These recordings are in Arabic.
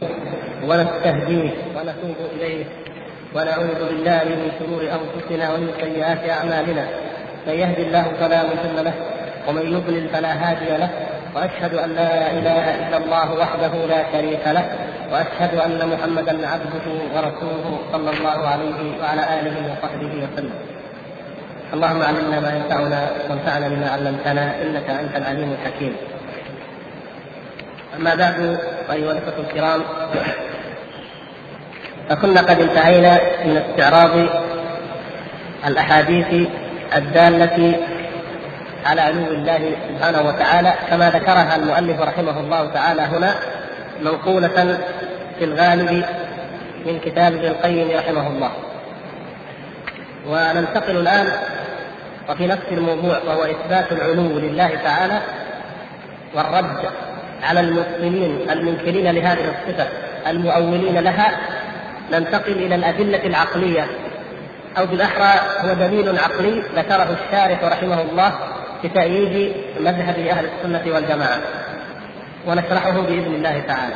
ونستهديه ونتوب إليه ونعوذ بالله من شرور أنفسنا ومن سيئات أعمالنا. من يهد الله فلا مضل له ومن يضلل فلا هادي له، وأشهد أن لا إله إلا الله وحده لا شريك له، وأشهد أن محمدا عبده ورسوله صلى الله عليه وعلى آله وصحبه وسلم. اللهم علمنا ما ينفعنا وانفعنا بما علمتنا إنك أنت العليم الحكيم. أما بعد، أيها الأخوة الكرام، فكنا قد انتهينا من استعراض الأحاديث الدالة على علو الله سبحانه وتعالى كما ذكرها المؤلف رحمه الله تعالى هنا، منقولة في الغالب من كتاب ابن القيم رحمه الله. وننتقل الآن وفي نفس الموضوع، وهو إثبات العلو لله تعالى والرد على المسلمين المنكرين لهذه الصفة المؤولين لها. ننتقل إلى الأدلة العقلية، أو بالأحرى هو دليل عقلي ذكره الشارح رحمه الله في تأييد مذهب أهل السنة والجماعة، ونشرحه بإذن الله تعالى.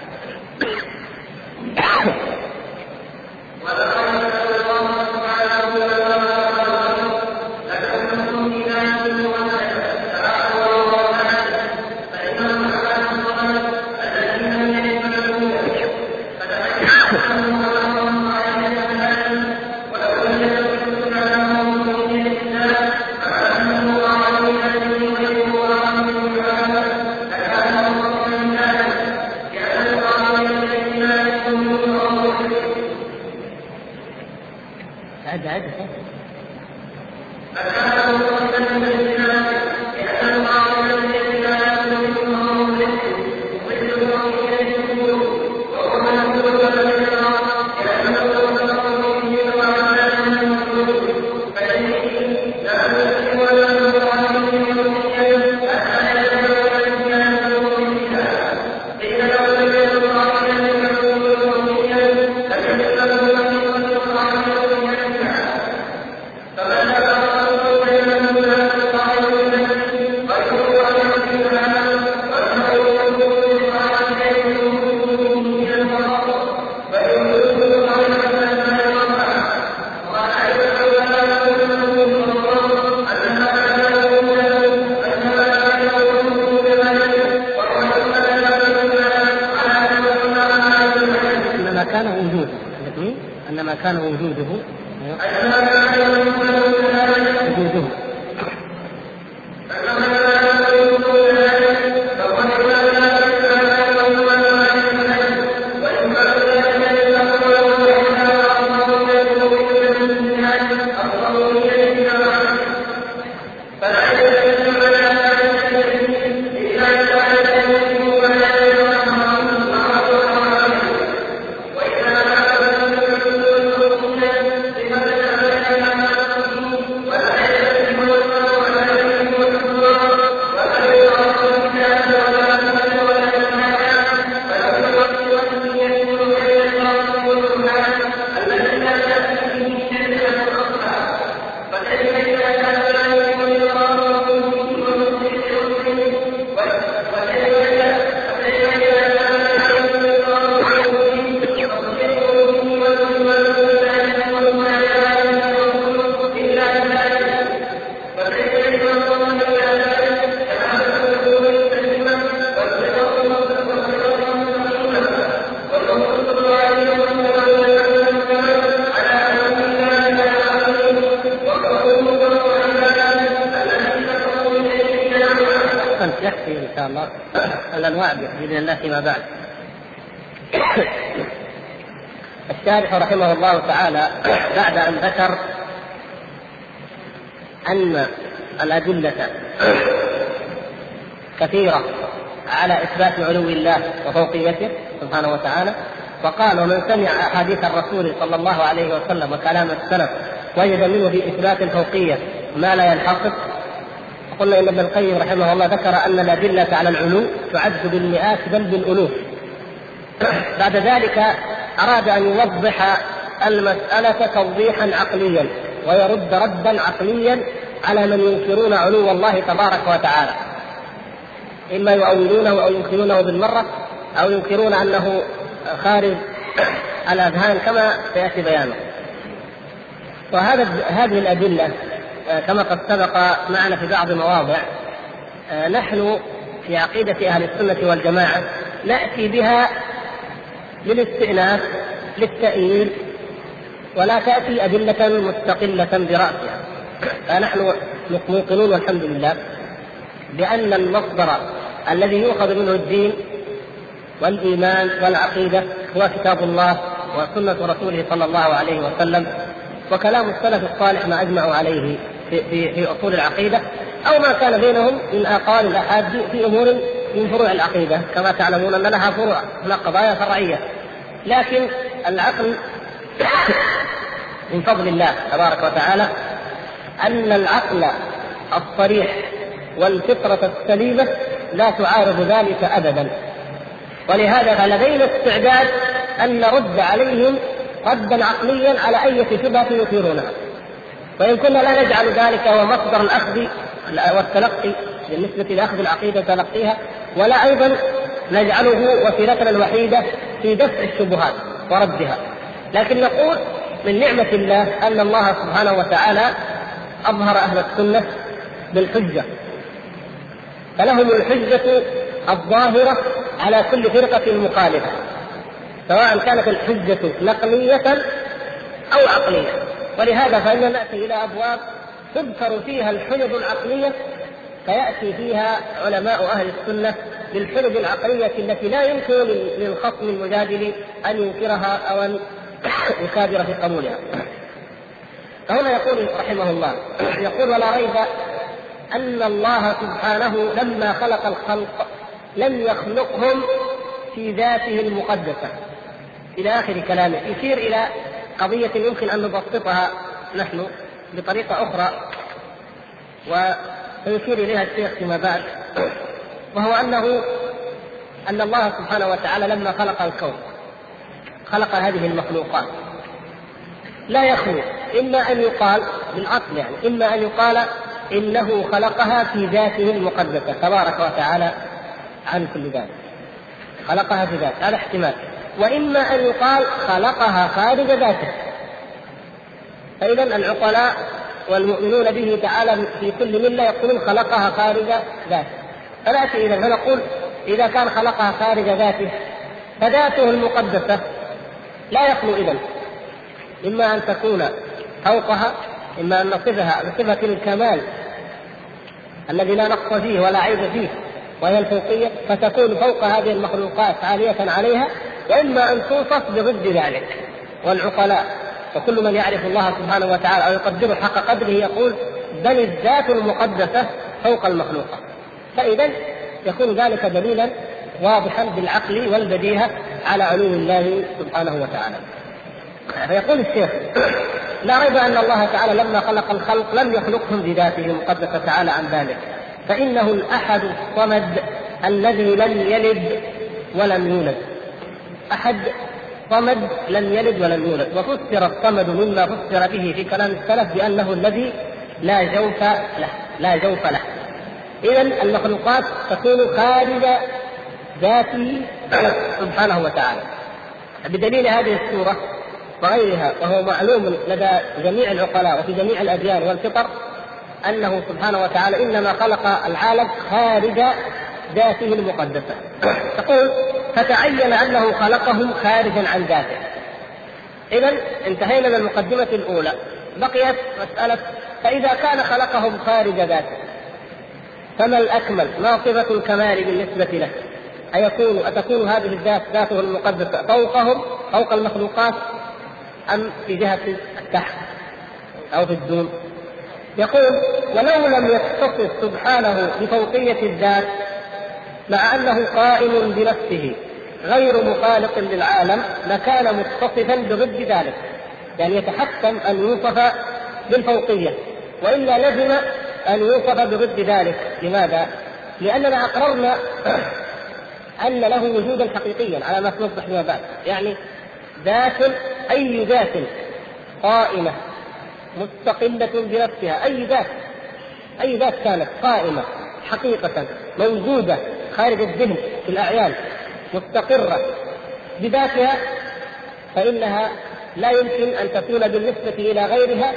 كان وجوده يكفي إن شاء الله الأنواع بإذن الله فيما بعد. الشارح رحمه الله تعالى بعد أن ذكر أن الأدلة كثيرة على إثبات علو الله وفوقيته سبحانه وتعالى، وقال: ومن سمع أحاديث الرسول صلى الله عليه وسلم وكلام السلف وجد منه في إثبات الفوقية ما لا ينحصر. قلنا إن ابن القيم رحمه الله ذكر أن الأدلة على العلو تعد بالمئات بل بالألوف. بعد ذلك أراد أن يوضح المسألة توضيحا عقليا ويرد ردا عقليا على من ينكرون علو الله تبارك وتعالى، إما يؤولونه أو ينكرونه بالمرة، أو ينكرون أنه خارج الأذهان كما سيأتي بيانه. وهذه الأدلة كما قد سبق معنا في بعض مواضع نحن في عقيدة أهل السنة والجماعة نأتي بها للاستئناس للتأييد، ولا تأتي أدلة مستقلة برأسها. فنحن موقنون والحمد لله بأن المصدر الذي يؤخذ منه الدين والإيمان والعقيدة هو كتاب الله وسنة رسوله صلى الله عليه وسلم وكلام السلف الصالح ما أجمعوا عليه في أصول العقيدة، أو ما كان بينهم من أقوال الأحاد في أمور من فروع العقيدة. كما تعلمون أن لها فروع، هناك قضايا فرعية، لكن العقل من فضل الله تبارك وتعالى أن العقل الصريح والفطرة السليمة لا تعارض ذلك أبدا، ولهذا فلدينا استعداد أن نرد عليهم ردا عقليا على أي شبهة يثيرونها. وإن كنا لا نجعل ذلك هو مصدر الأخذ والتلقي بالنسبة لأخذ العقيدة تلقيها، ولا أيضا نجعله وسيلتنا الوحيدة في دفع الشبهات وردها، لكن نقول من نعمة الله أن الله سبحانه وتعالى أظهر أهل السنة بالحجة، فلهم الحجة الظاهرة على كل فرقة مخالفة، سواء كانت الحجة نقلية أو عقلية. ولهذا فإننا نأتي إلى أبواب تذكر فيها الحجج العقلية، فيأتي فيها علماء أهل السنة بالحجج العقلية التي لا يمكن للخصم المجادل أن ينكرها أو أن يكابر في قبولها. فهنا يقول رحمه الله، يقول: ولا ريب أن الله سبحانه لما خلق الخلق لم يخلقهم في ذاته المقدسة، إلى آخر كلامه. يشير إلى قضية يمكن أن نبسطها نحن بطريقة أخرى ويشير إليها الشيخ فيما بعد، وهو أن الله سبحانه وتعالى لما خلق الكون خلق هذه المخلوقات لا يخلو إما أن يقال بالعقل، يعني إما أن يقال إنه خلقها في ذاته المقدسة تبارك وتعالى عن كل ذات، خلقها في ذاته، هذا احتمال. وإما أن يقال خلقها خارج ذاته. فإذا العقلاء والمؤمنون به تعالى في كل ملة يقولون خلقها خارج ذاته. فنأتي إذا فنقول إذا كان خلقها خارج ذاته فذاته المقدسة لا يخلو إذن إما أن تكون فوقها، إما أن نصفها بصفة الكمال الذي لا نقص فيه ولا عيب فيه وهي الفوقية، فتكون فوق هذه المخلوقات عالية عليها، وإما أن توصف بضد ذلك. والعقلاء وكل من يعرف الله سبحانه وتعالى أو يقدره حق قدره يقول بل الذات المقدسة فوق المخلوقات. فإذا يكون ذلك دليلا واضحا بالعقل والبديهة على علو الله سبحانه وتعالى. فيقول الشيخ: لا ريب أن الله تعالى لما خلق الخلق لم يخلقهم بذاته المقدسة تعالى عن ذلك، فإنه الأحد الصمد الذي لم يلد ولم يولد. أحد صمد لم يلد ولم يولد. وفسر الصمد مما فسر به في كلام السلف بأنه الذي لا جوف له، لا جوف له. إذن المخلوقات تكون خارج ذاته سبحانه وتعالى بدليل هذه السورة وغيرها. وهو معلوم لدى جميع العقلاء وفي جميع الأديان والفطر أنه سبحانه وتعالى إنما خلق العالم خارج ذاته المقدسة. تقول: فتعين أنه خلقهم خارجا عن ذاته. إذن انتهينا من المقدمة الأولى، بقيت مسألة: فإذا كان خلقهم خارج ذاته فما الأكمل؟ ما صفة الكمال بالنسبة له؟ أتكون هذه الذات ذاته المقدسة فوقهم فوق المخلوقات أم في جهة التحت أو في الدون؟ يقول: ولو لم يتصف سبحانه بفوقية الذات مع أنه قائم بنفسه غير مخالق للعالم لكان متصفا بضد ذلك، يعني يتحتم أن يوصف بالفوقية، وإلا لزم أن يوصف بضد ذلك. لماذا؟ لأننا أقررنا أن له وجودا حقيقيا على ما سنوضح فيما بعد، يعني ذات، أي ذات قائمة مستقلة بنفسها، أي ذات كانت قائمة حقيقة موجودة خارج الذهن في الأعيان مستقرة بذاتها فإنها لا يمكن أن تكون بالنسبة إلى غيرها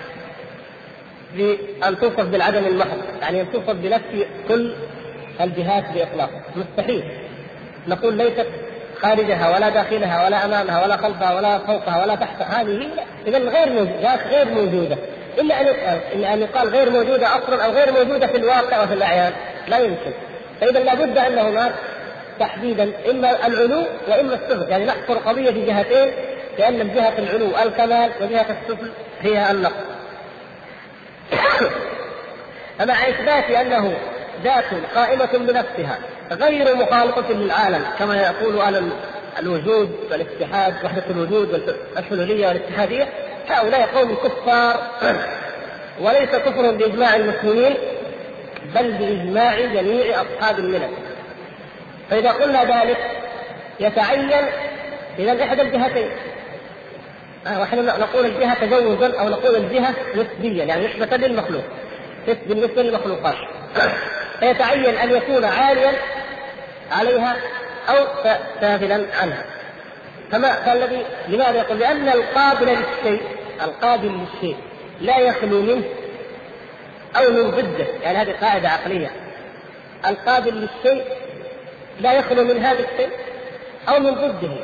بأن توصف بالعدم المحض، يعني أن توصف بنفس كل الجهات بإطلاق، مستحيل. نقول ليست خارجها ولا داخلها ولا أمامها ولا خلفها ولا فوقها ولا تحتها، هذه إذا غير موجودة، إلا أن يقال غير موجودة أصلا أو غير موجودة في الواقع وفي الأعيان، لا يمكن. فإذا لابد أن هناك تحديدا إما العلو وإما السفل، يعني نحصر قضية في جهتين، لأن الجهة العلو الكمال وجهة السفل هي النقص. فمع إثبات أنه ذات قائمة بنفسها غير مخالطة للعالم كما يقول أهل الوجود والاتحاد، وحدة الوجود والحلولية والاتحادية، هؤلاء قوم كفار، وليس كفر بإجماع المسلمين بل بإجماع جميع أصحاب الملل. فإذا قلنا ذلك يتعين إذا إحدى الجهتين، ونحن نقول الجهة تجوزا أو نقول الجهة نسبيا، يعني نسبة للمخلوق، بالنسبة للمخلوقات، فيتعين أن يكون عاليا عليها أو سافلا عنها. فالذي لماذا يقول؟ لأن القابل للشيء لا يخلو منه أو من ضده، يعني هذه قاعدة عقلية، القابل للشيء لا يخلو من هذا الشيء أو من ضده،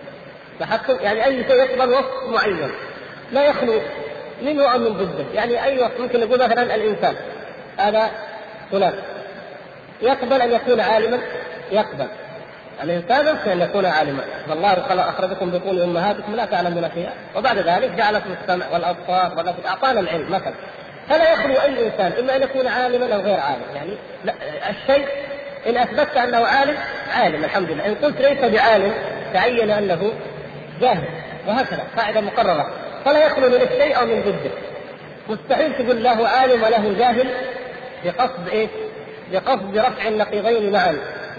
يعني أي شيء يقبل وصف معين لا يخلو منه أو من ضده. يعني أي وصف ممكن نقول مثلا الإنسان هذا هناك يقبل أن يكون عالما، يقبل الإنسان يمكن أن يكون عالما، فالله قال أخرجكم بطون أمهاتكم لا تعلمون شيئا وبعد ذلك جعلكم السمع والأبصار والأفئدة، أعطانا العلم مثلا. فلا يخلو أي إنسان إما أن يكون عالما أو غير عالم، يعني الشيء إن أثبتت أنه عالم الحمد لله، إن قلت ليس بعالم تعين أنه جاهل، وهكذا قاعدة مقررة. فلا يخلو من الشيء أو من ضده. مستحيل تقول له عالم وله جاهل بقصد إيه؟ بقصد رفع النقيضين معا.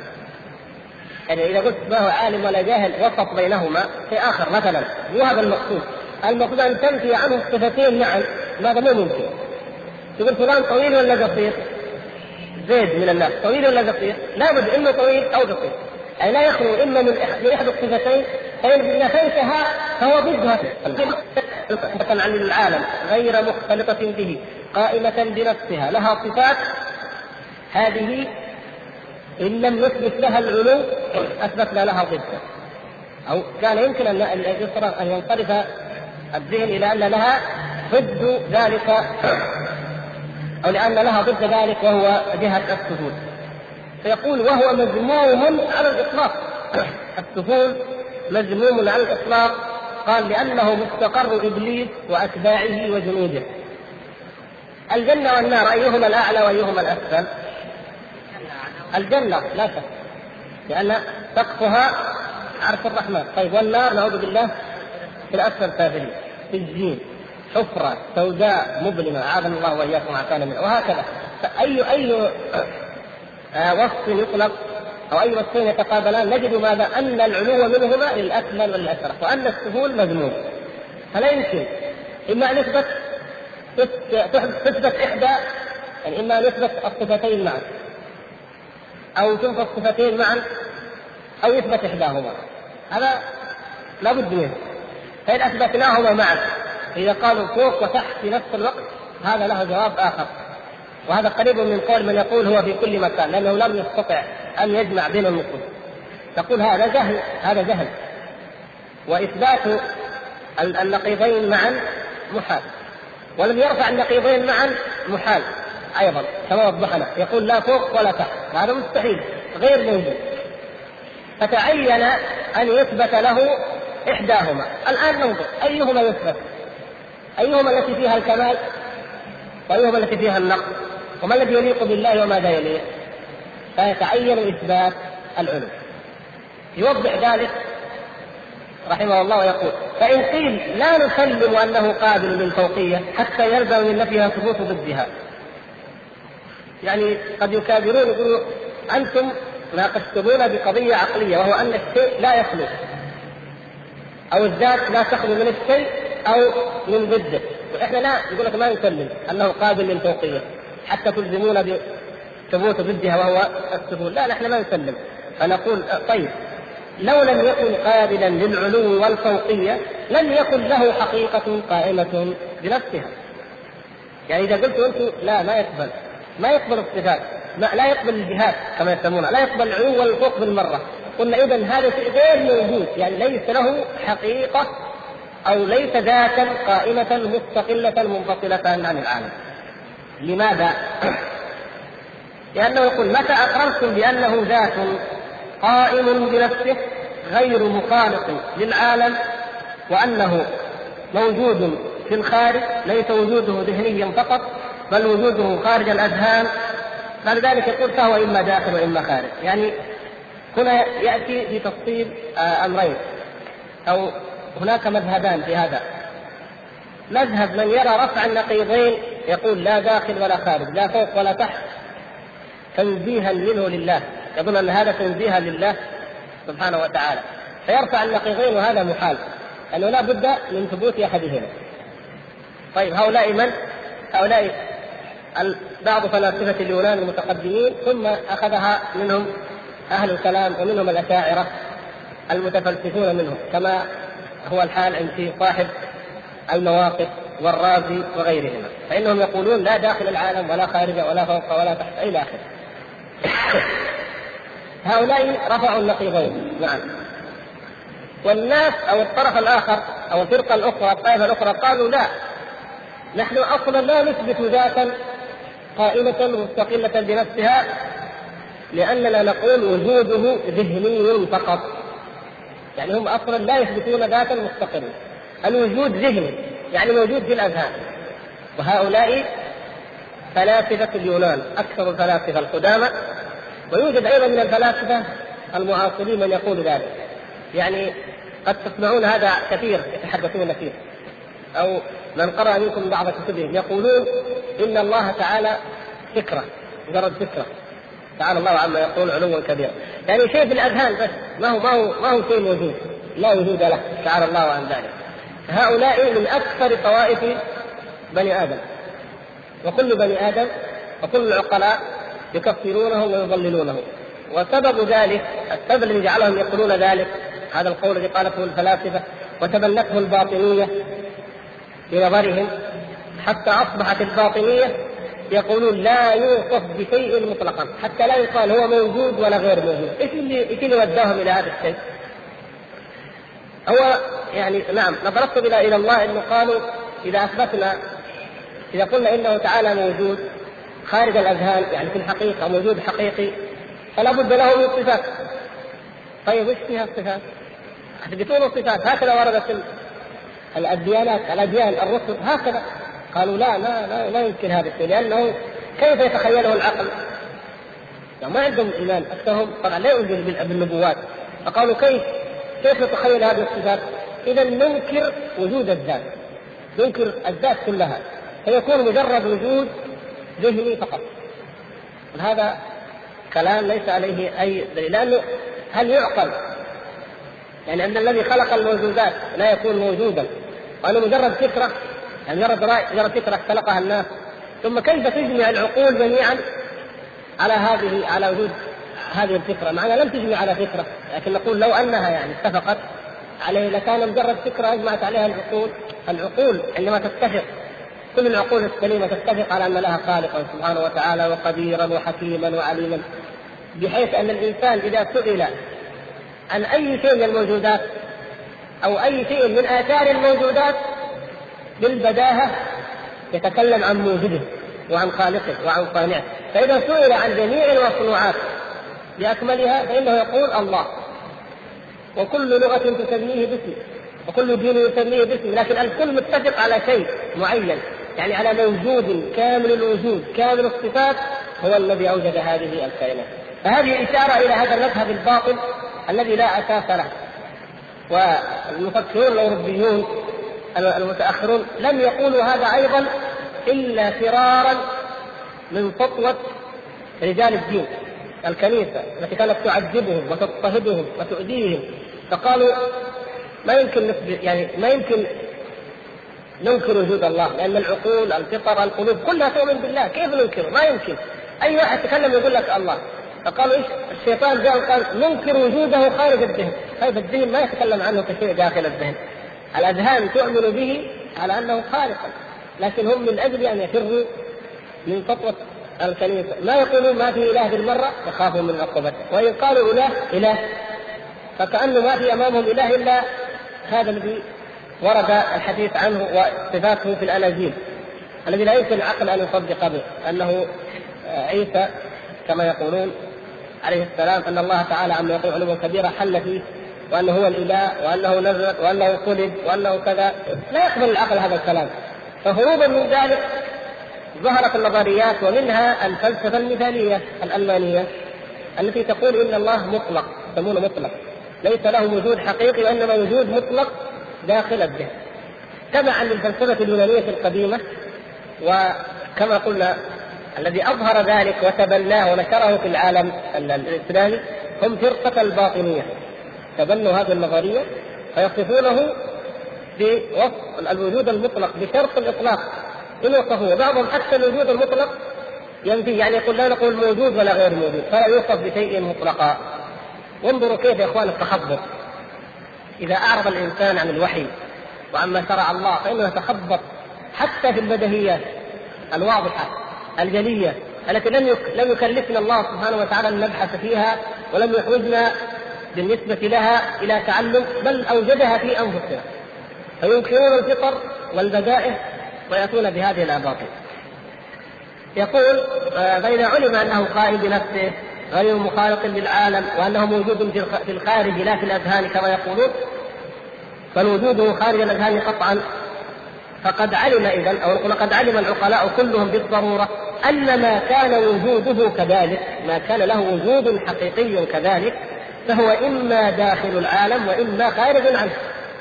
يعني إذا قلت ما هو عالم ولا جاهل وسط بينهما في آخر مثلا، مو هذا المقصود. المقصود أن تنفي عنه الصفتين معا، ماذا مو ممكن. تقول فلان طويل ولا قصير؟ زيد من الناس طويل ولا قصير؟ لابد إنه طويل أو قصير، يعني لا يخلو إما من إحدى الصفتين، فإن نفيتها فهو ضدها. عن العالم غير مختلطة به قائمة بنفسها لها صفات، هذه إن لم نثبت لها العلو أثبتنا لها ضدها. أو كان يمكن أن ينصرف الذهن إلى أن لها ضد ذلك، أو لأن لها ضد ذلك وهو جهة السفول. فيقول وهو مذموم على الإطلاق. السفول مذموم على الإطلاق، قال لأنه مستقر إبليس وأتباعه وجنوده. الجنة والنار أيهما الأعلى وأيهما الأسفل؟ الجنة لا شك، لأن سقفها عرش الرحمن. طيب والنار نعوذ بالله في الأسفل سافلين، في الجين حفرة سوداء مظلمة، أعاذنا الله وإياكم عافانا منها. وهكذا أي وصف يطلق أو أي وصفين يتقابلان نجد ماذا؟ أن العلو منهما للأكمل والأشرف، وأن السفول مذموم. فلا يمكن إما أن تثبت إحدى، يعني إما أن يثبت الصفتين معا أو تنفى الصفتين معا أو يثبت إحداهما، هذا لا بد منه. فإن أثبتناهما معا إذا قالوا فوق وتحت في نفس الوقت هذا له جواب آخر، وهذا قريب من قول من يقول هو في كل مكان، لأنه لم يستطع أن يجمع بين النصوص. تقول هذا جهل، وإثبات النقيضين معا محال، ولم يرفع النقيضين معا محال أيضا كما وضحنا. يقول لا فوق ولا تحت، هذا مستحيل غير موجود. فتعين أن يثبت له إحداهما. الآن ننظر أيهما يثبت، أيهما التي فيها الكمال وأيهما التي فيها النقص، وما الذي يليق بالله وماذا يليق. فيتعين إثبات العلو. يوضح ذلك رحمه الله ويقول فإن قيل لا نسلم أنه قابل للفوقية حتى يلزم من نفيها ثبوت ضدها، يعني قد يكابرون يقولوا أنتم ناقشتمونا بقضية عقلية، وهو أن الشيء لا يخلو أو الذات لا تخلو من الشيء أو من ضده، وإحنا لا يقول لك ما نسلم أنه قابل للفوقية حتى تلزمون بثبوت ضدها وهو السفول. لا نحن ما نسلم. فنقول طيب لو لم يكن قابلا للعلو والفوقية لم يكن له حقيقة قائمة بنفسها. يعني إذا قلت أنت لا ما يقبل الصفات، لا يقبل الجهات كما يسمونها، لا يقبل العلو والفوق بالمرة، قلنا إذن هذا شيء غير موجود، يعني ليس له حقيقة أو ليس ذاتا قائمة مستقلة منفصلة عن العالم. لماذا؟ لأنه يقول متى أقررتم بأنه ذات قائم بنفسه غير مخالط للعالم وأنه موجود في الخارج، ليس وجوده ذهنيا فقط بل وجوده خارج الأذهان، فلذلك يقول فهو إما داخل وإما خارج. يعني هنا يأتي في تفصيل أمرين، أو هناك مذهبان في هذا. مذهب من يرى رفع النقيضين يقول لا داخل ولا خارج، لا فوق ولا تحت، تنزيها منه لله، يظن أن هذا تنزيها لله سبحانه وتعالى، فيرفع النقيضين، وهذا محال أنه لا بد من ثبوت أحدهما. طيب هؤلاء بعض فلاسفة اليونان المتقدمين، ثم أخذها منهم أهل الكلام ومنهم الأشاعرة المتفلسفون منهم، كما هو الحال عند صاحب المواقف والرازي وغيرهما، فإنهم يقولون لا داخل العالم ولا خارج ولا فوق ولا تحت إلى آخره. هؤلاء رفعوا النقيضين. نعم. والناس أو الطرف الآخر أو الفرقة الأخرى الطائفة الأخرى قالوا لا، نحن أصلا لا نثبت ذاتا قائمة مستقلة بنفسها، لأننا نقول وجوده ذهني فقط. يعني هم أصلا لا يثبتون ذاتا مستقلة، الوجود ذهني يعني موجود في الأذهان. وهؤلاء فلاسفة اليونان أكثر الفلاسفة القدامى، ويوجد أيضا من الفلاسفة المعاصرين من يقول ذلك. يعني قد تسمعون هذا كثير يتحدثون فيه، أو من قرأ منكم بعض كتبهم يقولون إن الله تعالى فكرة، مجرد فكرة، تعالى الله عما يقول علوا كبيرا، يعني شيء في الأذهان بس، ما هو شيء موجود، لا وجود له، تعالى الله عن ذلك. هؤلاء من أكثر طوائف بني آدم، وكل بني آدم وكل العقلاء يكفرونه ويضللونه. وسبب ذلك، السبب الذي جعلهم يقولون ذلك، هذا القول الذي قالته الفلاسفة وتبنته الباطنية في نظرهم، حتى أصبحت الباطنية يقولون لا يوصف بشيء مطلقا، حتى لا يقال هو موجود ولا غير موجود. إيش اللي وداهم إلى هذا الشيء؟ هو يعني نعم نظرت إلى الله إنه قالوا إذا قلنا إنه تعالى موجود خارج الأذهان، يعني في الحقيقة موجود حقيقي، فلا بد له من صفات. طيب إيش فيها الصفات؟ أثبتون الصفات، هكذا وردت الأديان الرسل هكذا. قالوا لا يمكن هذا الشيء، لأنه كيف يتخيله العقل؟ يعني ما عندهم إيمان، أكثرهم طبعا لا يؤمن بالنبوات، فقالوا كيف نتخيل هذه الصفات؟ إذا ننكر وجود الذات، ننكر الذات كلها، فيكون مجرد وجود ذهني فقط. هذا كلام ليس عليه أي دليل، لأنه هل يعقل يعني أن الذي خلق الموجودات لا يكون موجودا، وأنه مجرد فكرة، يعني مجرد فكرة خلقها الناس، ثم كيف تجمع العقول جميعا على وجود هذه الفكرة؟ معنا لم تجمع على فكرة، لكن نقول لو أنها يعني اتفقت عليه لكان مجرد فكرة أجمعت عليها العقول عندما تتفق، كل العقول السليمة تتفق على أن لها خالقا سبحانه وتعالى وقديرا وحكيما وعليما، بحيث أن الإنسان إذا سئل عن أي شيء من الموجودات أو أي شيء من آثار الموجودات بالبداهة يتكلم عن موجوده وعن خالقه وعن صانعه. فإذا سئل عن جميع المصنوعات بأكملها فإنه يقول الله، وكل لغة تسميه باسم وكل دين يسميه باسم، لكن الكل متفق على شيء معين، يعني على موجود كامل الوجود كامل الصفات هو الذي أوجد هذه الكائنات. فهذه إشارة إلى هذا المذهب الباطل الذي لا أساس له. والمفكرون الأوروبيون المتأخرون لم يقولوا هذا أيضا إلا فرارا من سطوة رجال الدين، الكنيسة التي كانت تعذبهم وتضطهدهم وتؤذيهم، فقالوا ما يمكن ننكر وجود الله، لأن العقول الفطر القلوب كلها تؤمن بالله، كيف ننكر؟ ما يمكن. أي واحد يتكلم يقول لك الله. فقالوا إيش؟ الشيطان جاء وقال ننكر وجوده خارج الذهن، طيب الذهن ما يتكلم عنه كشيء داخل الذهن، الأذهان تؤمن به على أنه خالقا، لكن هم من أجل أن يفروا من سطوة الكنيسة ما يقولون ما في إله بالمرة، يخافوا من عقوبته، وإن قالوا إله فكأنه ما في أمامهم إله إلا هذا الذي ورد الحديث عنه وصفاته في الأناجيل، الذي لا يمكن العقل أن يصدق به، أنه عيسى كما يقولون عليه السلام، أن الله تعالى عما يقول علوا كبيرا حل فيه، وأنه هو الإله، وأنه نزل، وأنه صلب، وأنه كذا. لا يقبل العقل هذا الكلام. فهروبا من ذلك ظهرت النظريات، ومنها الفلسفة المثالية الألمانية التي تقول إن الله مطلق، يسمونه مطلق، ليس له وجود حقيقي وإنما وجود مطلق داخل الذهن، تبعا للفلسفة اليونانية القديمة. وكما قلنا الذي أظهر ذلك وتبناه ونشره في العالم الإسلامي هم فرقة الباطنية، تبنوا هذه النظرية فيصفونه بوصف الوجود المطلق بشرط الإطلاق إن وصفوه. بعضهم حتى الوجود المطلق ينفي، يعني يقول لا نقول موجود ولا غير موجود، فلا يوصف بشيء مطلقا. وانظروا كيف يا إخوان التخبط، إذا أعرض الإنسان عن الوحي وعما شرع الله فإنه يتخبط حتى في البديهيات الواضحة الجلية التي لم يكلفنا الله سبحانه وتعالى أن نبحث فيها، ولم يحوجنا بالنسبة لها إلى تعلم، بل أوجدها في أنفسنا، فينكرون الفطر والبدائع ويأتون بهذه الأباطيل. يقول فإذا علم أنه قائم بنفسه غير مخالق للعالم، وأنه موجود في الخارج لا في الأذهان كما يقولون، فالوجود خارج الأذهان قطعا، فقد علم إذن، أو لقد علم العقلاء كلهم بالضرورة أن ما كان وجوده كذلك، ما كان له وجود حقيقي كذلك، فهو إما داخل العالم وإما خارج عنه.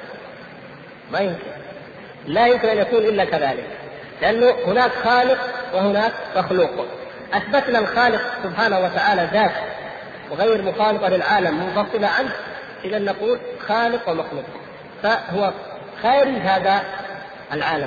ما يمكن، لا يمكن أن يكون إلا كذلك، لأنه هناك خالق وهناك مخلوق. أثبتنا الخالق سبحانه وتعالى ذات وغير مخالقة للعالم منفصلة عنه، إذا نقول خالق ومخلوق، فهو خارج هذا العالم.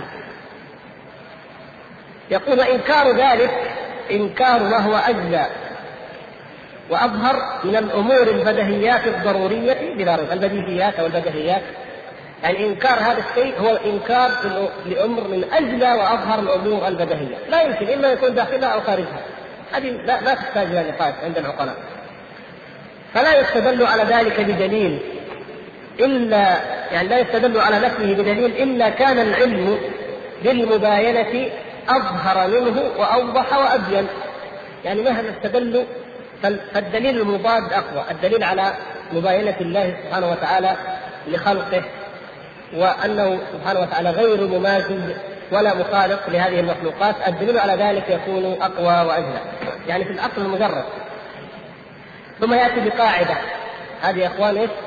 يقول إنكار ذلك إنكار ما هو أجزى وأظهر من الأمور البديهيات الضرورية بلا ريب، البديهيات أو البديهيات، يعني إنكار هذا الشيء هو إنكار لأمر من أجزى وأظهر الأمور البديهية، لا يمكن إما يكون داخلها أو خارجها، هذه لا تحتاج إلى نقاش عند العقلاء. فلا يستدل على ذلك بدليل إلا، يعني لا يستدل على نفسه بدليل إلا كان العلم بالمباينة أظهر منه وأوضح وأبين. يعني مهما استدلوا فالدليل المضاد أقوى، الدليل على مباينة الله سبحانه وتعالى لخلقه، وأنه سبحانه وتعالى غير مماثل ولا مخالف لهذه المخلوقات، الدليل على ذلك يكون أقوى وأجلى، يعني في الأصل المجرد. ثم يأتي بقاعدة، هذه يا إخوان إيش؟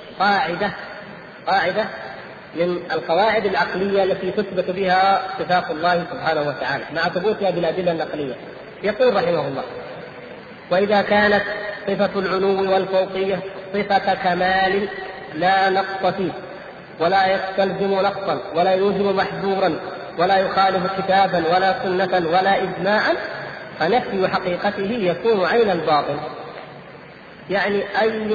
قاعدة من القواعد العقلية التي تثبت بها صفات الله سبحانه وتعالى مع ثبوتها بالأدلة النقلية. يقول رحمه الله: وإذا كانت صفة العلو والفوقية صفة كمال لا نقص فيه، ولا يستلزم نقصا، ولا يوجب محذورا، ولا يخالف كتابا ولا سنة ولا إجماعا، فنفي حقيقته يكون عين الباطل. يعني أي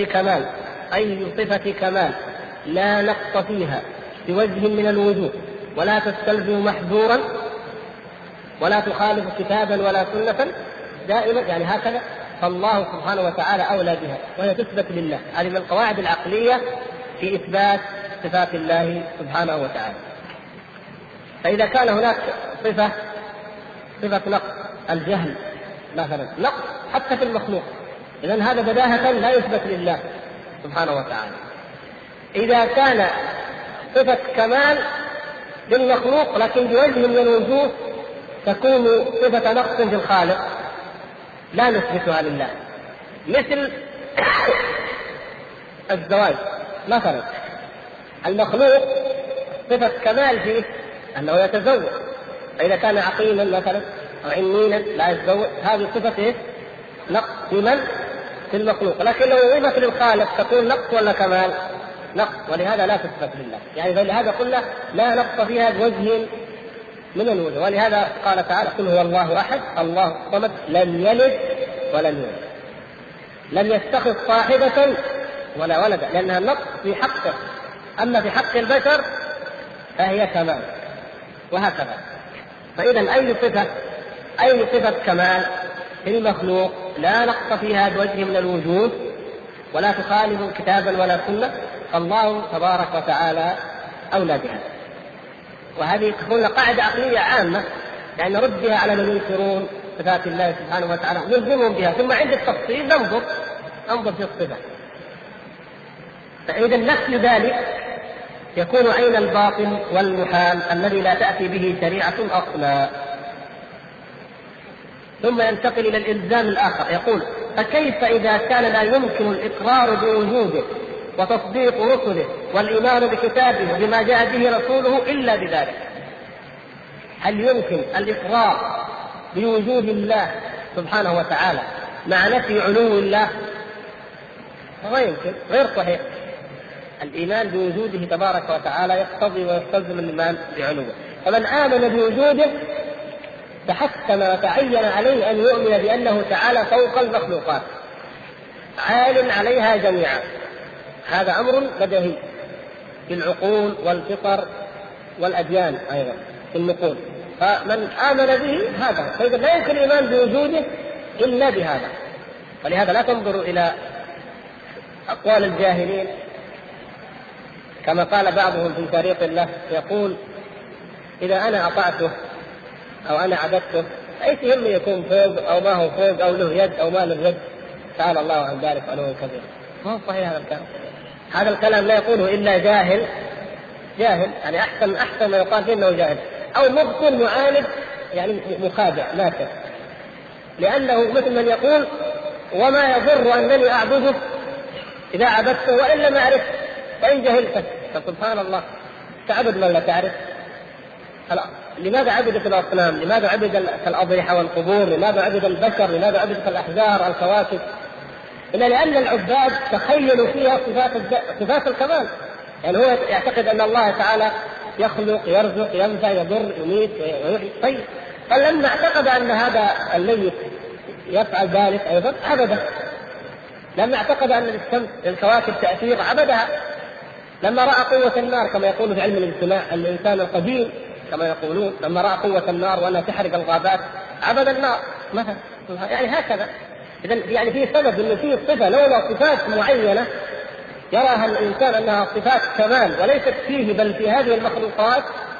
صفة كمال لا نقص فيها بوجه من الوجوه، ولا تستلزم محذورا، ولا تخالف كتابا ولا سنة دائما، يعني هكذا، فالله سبحانه وتعالى أولى بها، وهي تثبت لله. هذه من القواعد العقلية في إثبات صفات الله سبحانه وتعالى. فإذا كان هناك صفة نقص، الجهل مثلا نقص حتى في المخلوق، إذن هذا بداهة لا يثبت لله سبحانه وتعالى. إذا كان صفة كمال للمخلوق لكن بوجه من الوجوه تكون صفة نقص في الخالق، لا نثبتها لله، مثل الزواج مثلا. المخلوق صفة كمال فيه أنه يتزوج، فإذا كان عقيما مثلا أو عنينا لا يتزوج، هذه صفة نقص في من؟ في المخلوق. لكن لو وظيفة للخالق تكون نقص ولا كمال؟ نقص، ولهذا لا تثبت لله. يعني فلهذا قلنا لا نقص فيها بوجه من الوجوه. ولهذا قال تعالى: قل هو الله أحد الله الصمد لم يلد ولم يولد، لم يتخذ صاحبة ولا ولد، لأنها نقص في حقه، أما في حق البشر فهي كمال، وهكذا. فإذا أي صفة كمال في المخلوق لا نقص فيها بوجه من الوجود ولا تخالف كتابا ولا سنة، فالله تبارك وتعالى أولى بها. وهذه تكون قاعدة عقلية عامة، يعني نرد بها على من ينكرون صفات الله سبحانه وتعالى، نلزمهم بها، ثم عند التفصيل ننظر في الصفة. فإذا نفي ذلك يكون عين الباطل والمحال الذي لا تأتي به شريعة أصلا. ثم ينتقل إلى الإلزام الآخر، يقول: فكيف إذا كان لا يمكن الإقرار بوجوده وتصديق رسله والإيمان بكتابه وبما جاء به رسوله إلا بذلك؟ هل يمكن الإقرار بوجود الله سبحانه وتعالى مع نفي علو الله؟ غير يمكن، غير صحيح. الإيمان بوجوده تبارك وتعالى يقتضي ويستلزم الإيمان بعلوه، فمن آمن بوجوده تحتم وتعين عليه أن يؤمن بأنه تعالى فوق المخلوقات عال عليها جميعا. هذا أمر بديهي في العقول والفطر والأديان أيضا في النقول، فمن آمن به هذا، فإذا لا يمكن الإيمان بوجوده إلا بهذا. ولهذا لا تنظروا إلى أقوال الجاهلين كما قال بعضهم في طريق الله، يقول: إذا أنا أطعته أو أنا عبدته أي يهمني يكون فوق أو ما هو فوق أو له يد أو ما له يد، تعالى الله عن ذلك وله كبير. ما هو صحيح هذا الكلام. هذا الكلام لا يقوله إلا جاهل، يعني أحسن ما يقال إنه جاهل أو مبطل معاند، يعني مخادع ناكر، لأنه مثل من يقول: وما يضر أنني أعبده إذا عبدته وإن لم أعرف وإن جهلته. فسبحان الله، تعبد من لا تعرف. لماذا عبدت الأصنام؟ لماذا عبد الأضرحة والقبور؟ لماذا عبد البشر؟ لماذا عبدت الأحجار الكواكب؟ إلا لأن العباد تخيلوا فيها صفات الكمال. يعني هو يعتقد أن الله تعالى يخلق يرزق ينفع يضر يميت ويحيي. طيب، فلما اعتقد أن هذا الميت يفعل ذلك أيضا عبده. لما اعتقد أن للشمس الكواكب تأثير عبدها. لما رأى قوة النار كما يقول في علم الاجتماع الإنسان القديم كما يقولون، لما رأى قوة النار وأنها تحرق الغابات عبد النار مثلا. يعني هكذا. إذن يعني في سبب إنه فيه صفة، لولا صفات معينة يراها الإنسان أنها صفات كمال وليست فيه بل في هذه المخلوقات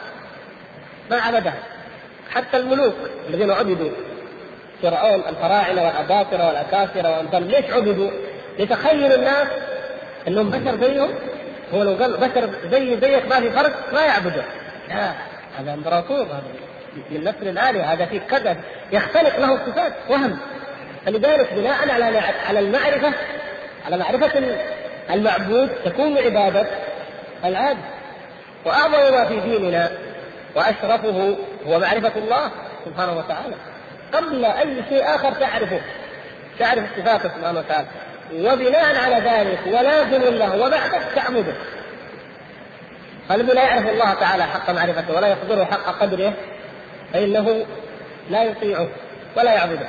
ما عبدها. حتى الملوك الذين عبدوا، فرعون الفراعنة والأباطرة والأكاسرة وأمثالهم، ليش عبدوا؟ لتخيل الناس أنهم بشر زيهم. هو لو قال بشر زيك ما في فرق ما يعبده. هذا امبراطور، هذا من نسل الآلهة، هذا في كذا يختلق له صفات وهم. فلذلك بناء على المعرفة، على معرفة المعبود تكون عبادة العبد. وأعظم ما في ديننا وأشرفه هو معرفة الله سبحانه وتعالى قبل أي شيء آخر. تعرف صفاته سبحانه وتعالى، وبناء على ذلك ولازم له وبعده تعبده. فالذي لا يعرف الله تعالى حق معرفته ولا يقدره حق قدره فإنه لا يطيعه ولا يعبده.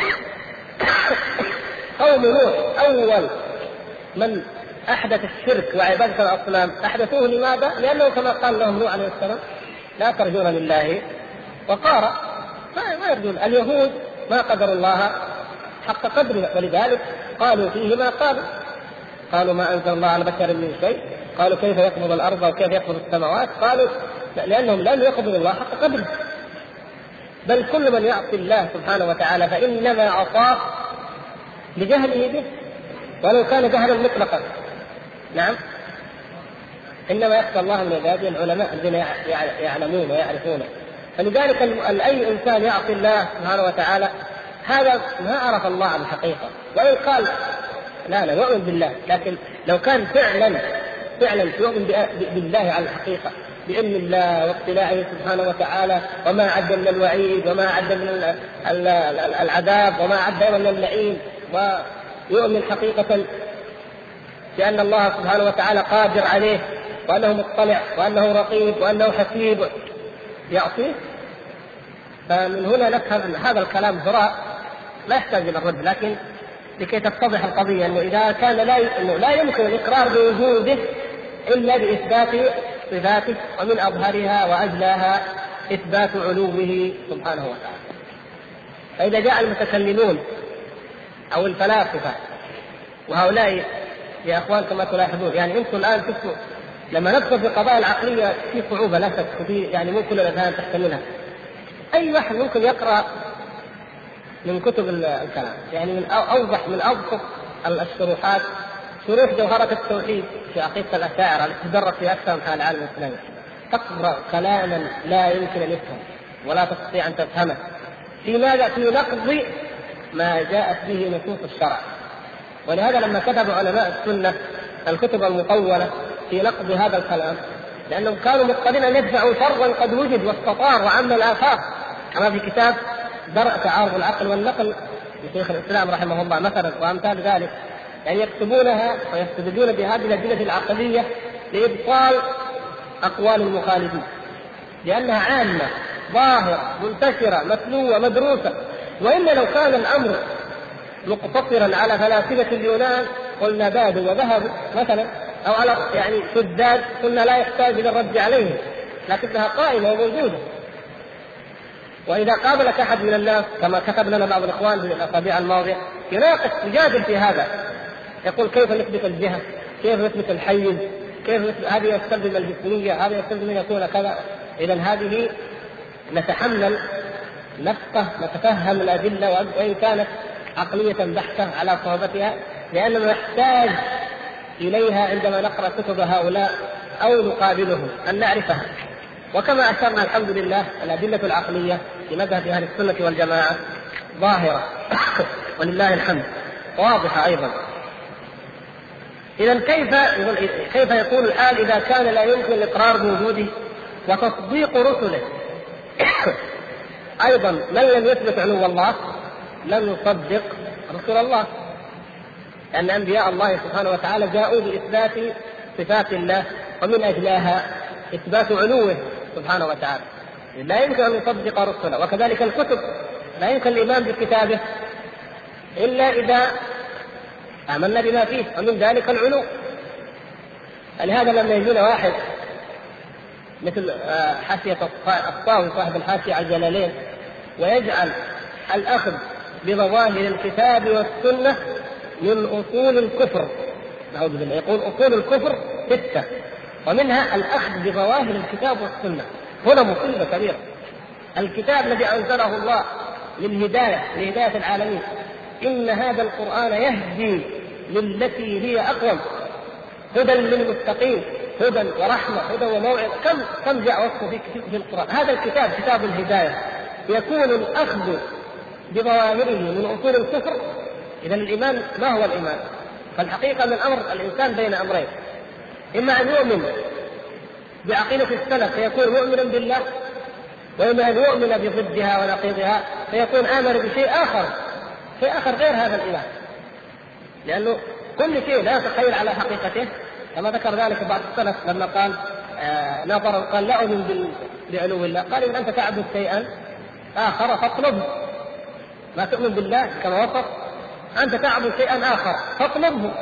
قوم نوح أول من أحدث الشرك وعبادة الأصنام أحدثوه لماذا؟ لأنه كما قال لهم نوح عليه السلام: لا ترجون لله وقارا. ما يرجون. اليهود ما قدروا الله حق قدره، ولذلك قالوا فيه ما قالوا ما أنزل الله على بشر من شيء. قالوا كيف يقبض الأرض وكيف يقبض السماوات؟ قالوا لأنهم لم يقبضوا الله حق قدره. بل كل من يعصي الله سبحانه وتعالى فإنما عصاه لجهله به، ولو كان جهلا مطلقا. نعم، إنما يخشى الله من عباده العلماء الذين يعلمون ويعرفون. فلذلك أي إنسان يعصي الله سبحانه وتعالى هذا ما عرف الله على الحقيقة. وإن قال لا يؤمن بالله، لكن لو كان فعلا يؤمن بالله على الحقيقة، بإذن الله واطلاعه سبحانه وتعالى وما عد من الوعيد وما عد من العذاب وما عد من النعيم، ويؤمن حقيقة بأن الله سبحانه وتعالى قادر عليه وأنه مطلع وأنه رقيب وأنه حسيب، يعصيه. فمن هنا نفهم أن هذا الكلام هراء لا يحتاج إلى الرد. لكن لكي تتضح القضية أنه إذا كان لا يمكن الإقرار بوجوده إلا بإثبات صفاته، ومن أظهرها وأجلاها إثبات علوه سبحانه وتعالى. فإذا جاء المتكلمون أو الفلاسفة، وهؤلاء يا أخوان كما تلاحظون يعني أنتم الآن تسمعوا لما ندخل في قضايا العقلية في صعوبة لا شك، يعني مو كل الأذهان تحتملها. أي واحد ممكن يقرأ من كتب الكلام، يعني من أوضح من أبسط الشروحات، شروح جوهرة التوحيد في عقيدة الأشاعرة التي تدرس في أكثر من العالم الإسلامي، تقرأ كلاما لا يمكن أن يفهم ولا تستطيع أن تفهمه في ماذا؟ في نقض ما جاءت به نصوص الشرع. ولهذا لما كتب علماء السنة الكتب المطولة في نقض هذا الكلام، لأنهم كانوا مضطرين أن يدفعوا شرا قد وجد واستطار وعم الآفاق، كما في كتاب درء تعارض العقل والنقل لشيخ الإسلام رحمه الله مثلا وأمثال ذلك، يعني يكتبونها ويستدلون بهذه الأدلة العقلية لإبطال أقوال المخالفين، لأنها عامة ظاهرة منتشرة متلوة مدروسة. وإلا لو كان الأمر مقتصرا على فلاسفة اليونان قلنا بادوا وذهبوا مثلا، أو على يعني سداد قلنا لا يحتاج إلى الرد عليهم، لكنها قائمة وموجودة. وإذا قابلك أحد من الناس كما كتب لنا بعض الإخوان في الأسابيع الماضية يناقش يجادل في هذا، يقول كيف نثبت الجهة، كيف نثبت الحيز، كيف هذه يستلزم الجسمية، هذا يستلزم أن يكون كذا. إذا هذه نتحمل نفقه نتفهم الأدلة وإن كانت عقلية بحتة على صعوبتها، لأننا نحتاج إليها عندما نقرأ كتب هؤلاء أو نقابلهم أن نعرفها. وكما أشرنا الحمد لله الأدلة العقلية في مذهب أهل السنة والجماعة ظاهرة ولله الحمد، واضحة أيضا. إذا كيف يكون الحال إذا كان لا يمكن الإقرار بوجوده وتصديق رسله؟ أيضا من لم يثبت علو الله لم يصدق رسول الله، لأن أنبياء الله سبحانه وتعالى جاءوا بإثبات صفات الله ومن أجلها إثبات علوه سبحانه وتعالى. لا يمكن أن يصدق رسله. وكذلك الكتب لا يمكن الإيمان بكتابه إلا إذا آمنا بما فيه، ومن ذلك العلو. لهذا لما يجينا واحد مثل حاشية الطاوي صاحب الحاشية على الجلالين ويجعل الأخذ بظواهر الكتاب والسنة من أصول الكفر، نعوذ بالله، يقول أصول الكفر 6 ومنها الأخذ بظواهر الكتاب والسنة. هنا مصيبة كبيرة. الكتاب الذي أنزله الله لهداية العالمين، إن هذا القرآن يهدي للتي هي أقوم، هدى للمتقين، هدى ورحمة، هدى وموعظة. كم جاء وصفه في القرآن. هذا الكتاب كتاب الهداية، يكون الأخذ بظواهره من أصول الكفر. إذا الإيمان ما هو الإيمان؟ فالحقيقة من الأمر الإنسان بين أمرين، إما أن يؤمن بعقيدة السلف فيكون مؤمنا بالله، وإما أن يؤمن بضدها ونقيضها فيكون آمن بشيء آخر، غير هذا الإيمان. لأنه كل شيء لا يتخيل على حقيقته، كما ذكر ذلك بعض السلف لما قال قال لا أؤمن بعلو الله، قال إن أنت تعبد شيئا آخر فاطلبه. ما تؤمن بالله كما وصف، أنت تعبد شيئا آخر فاطلبه.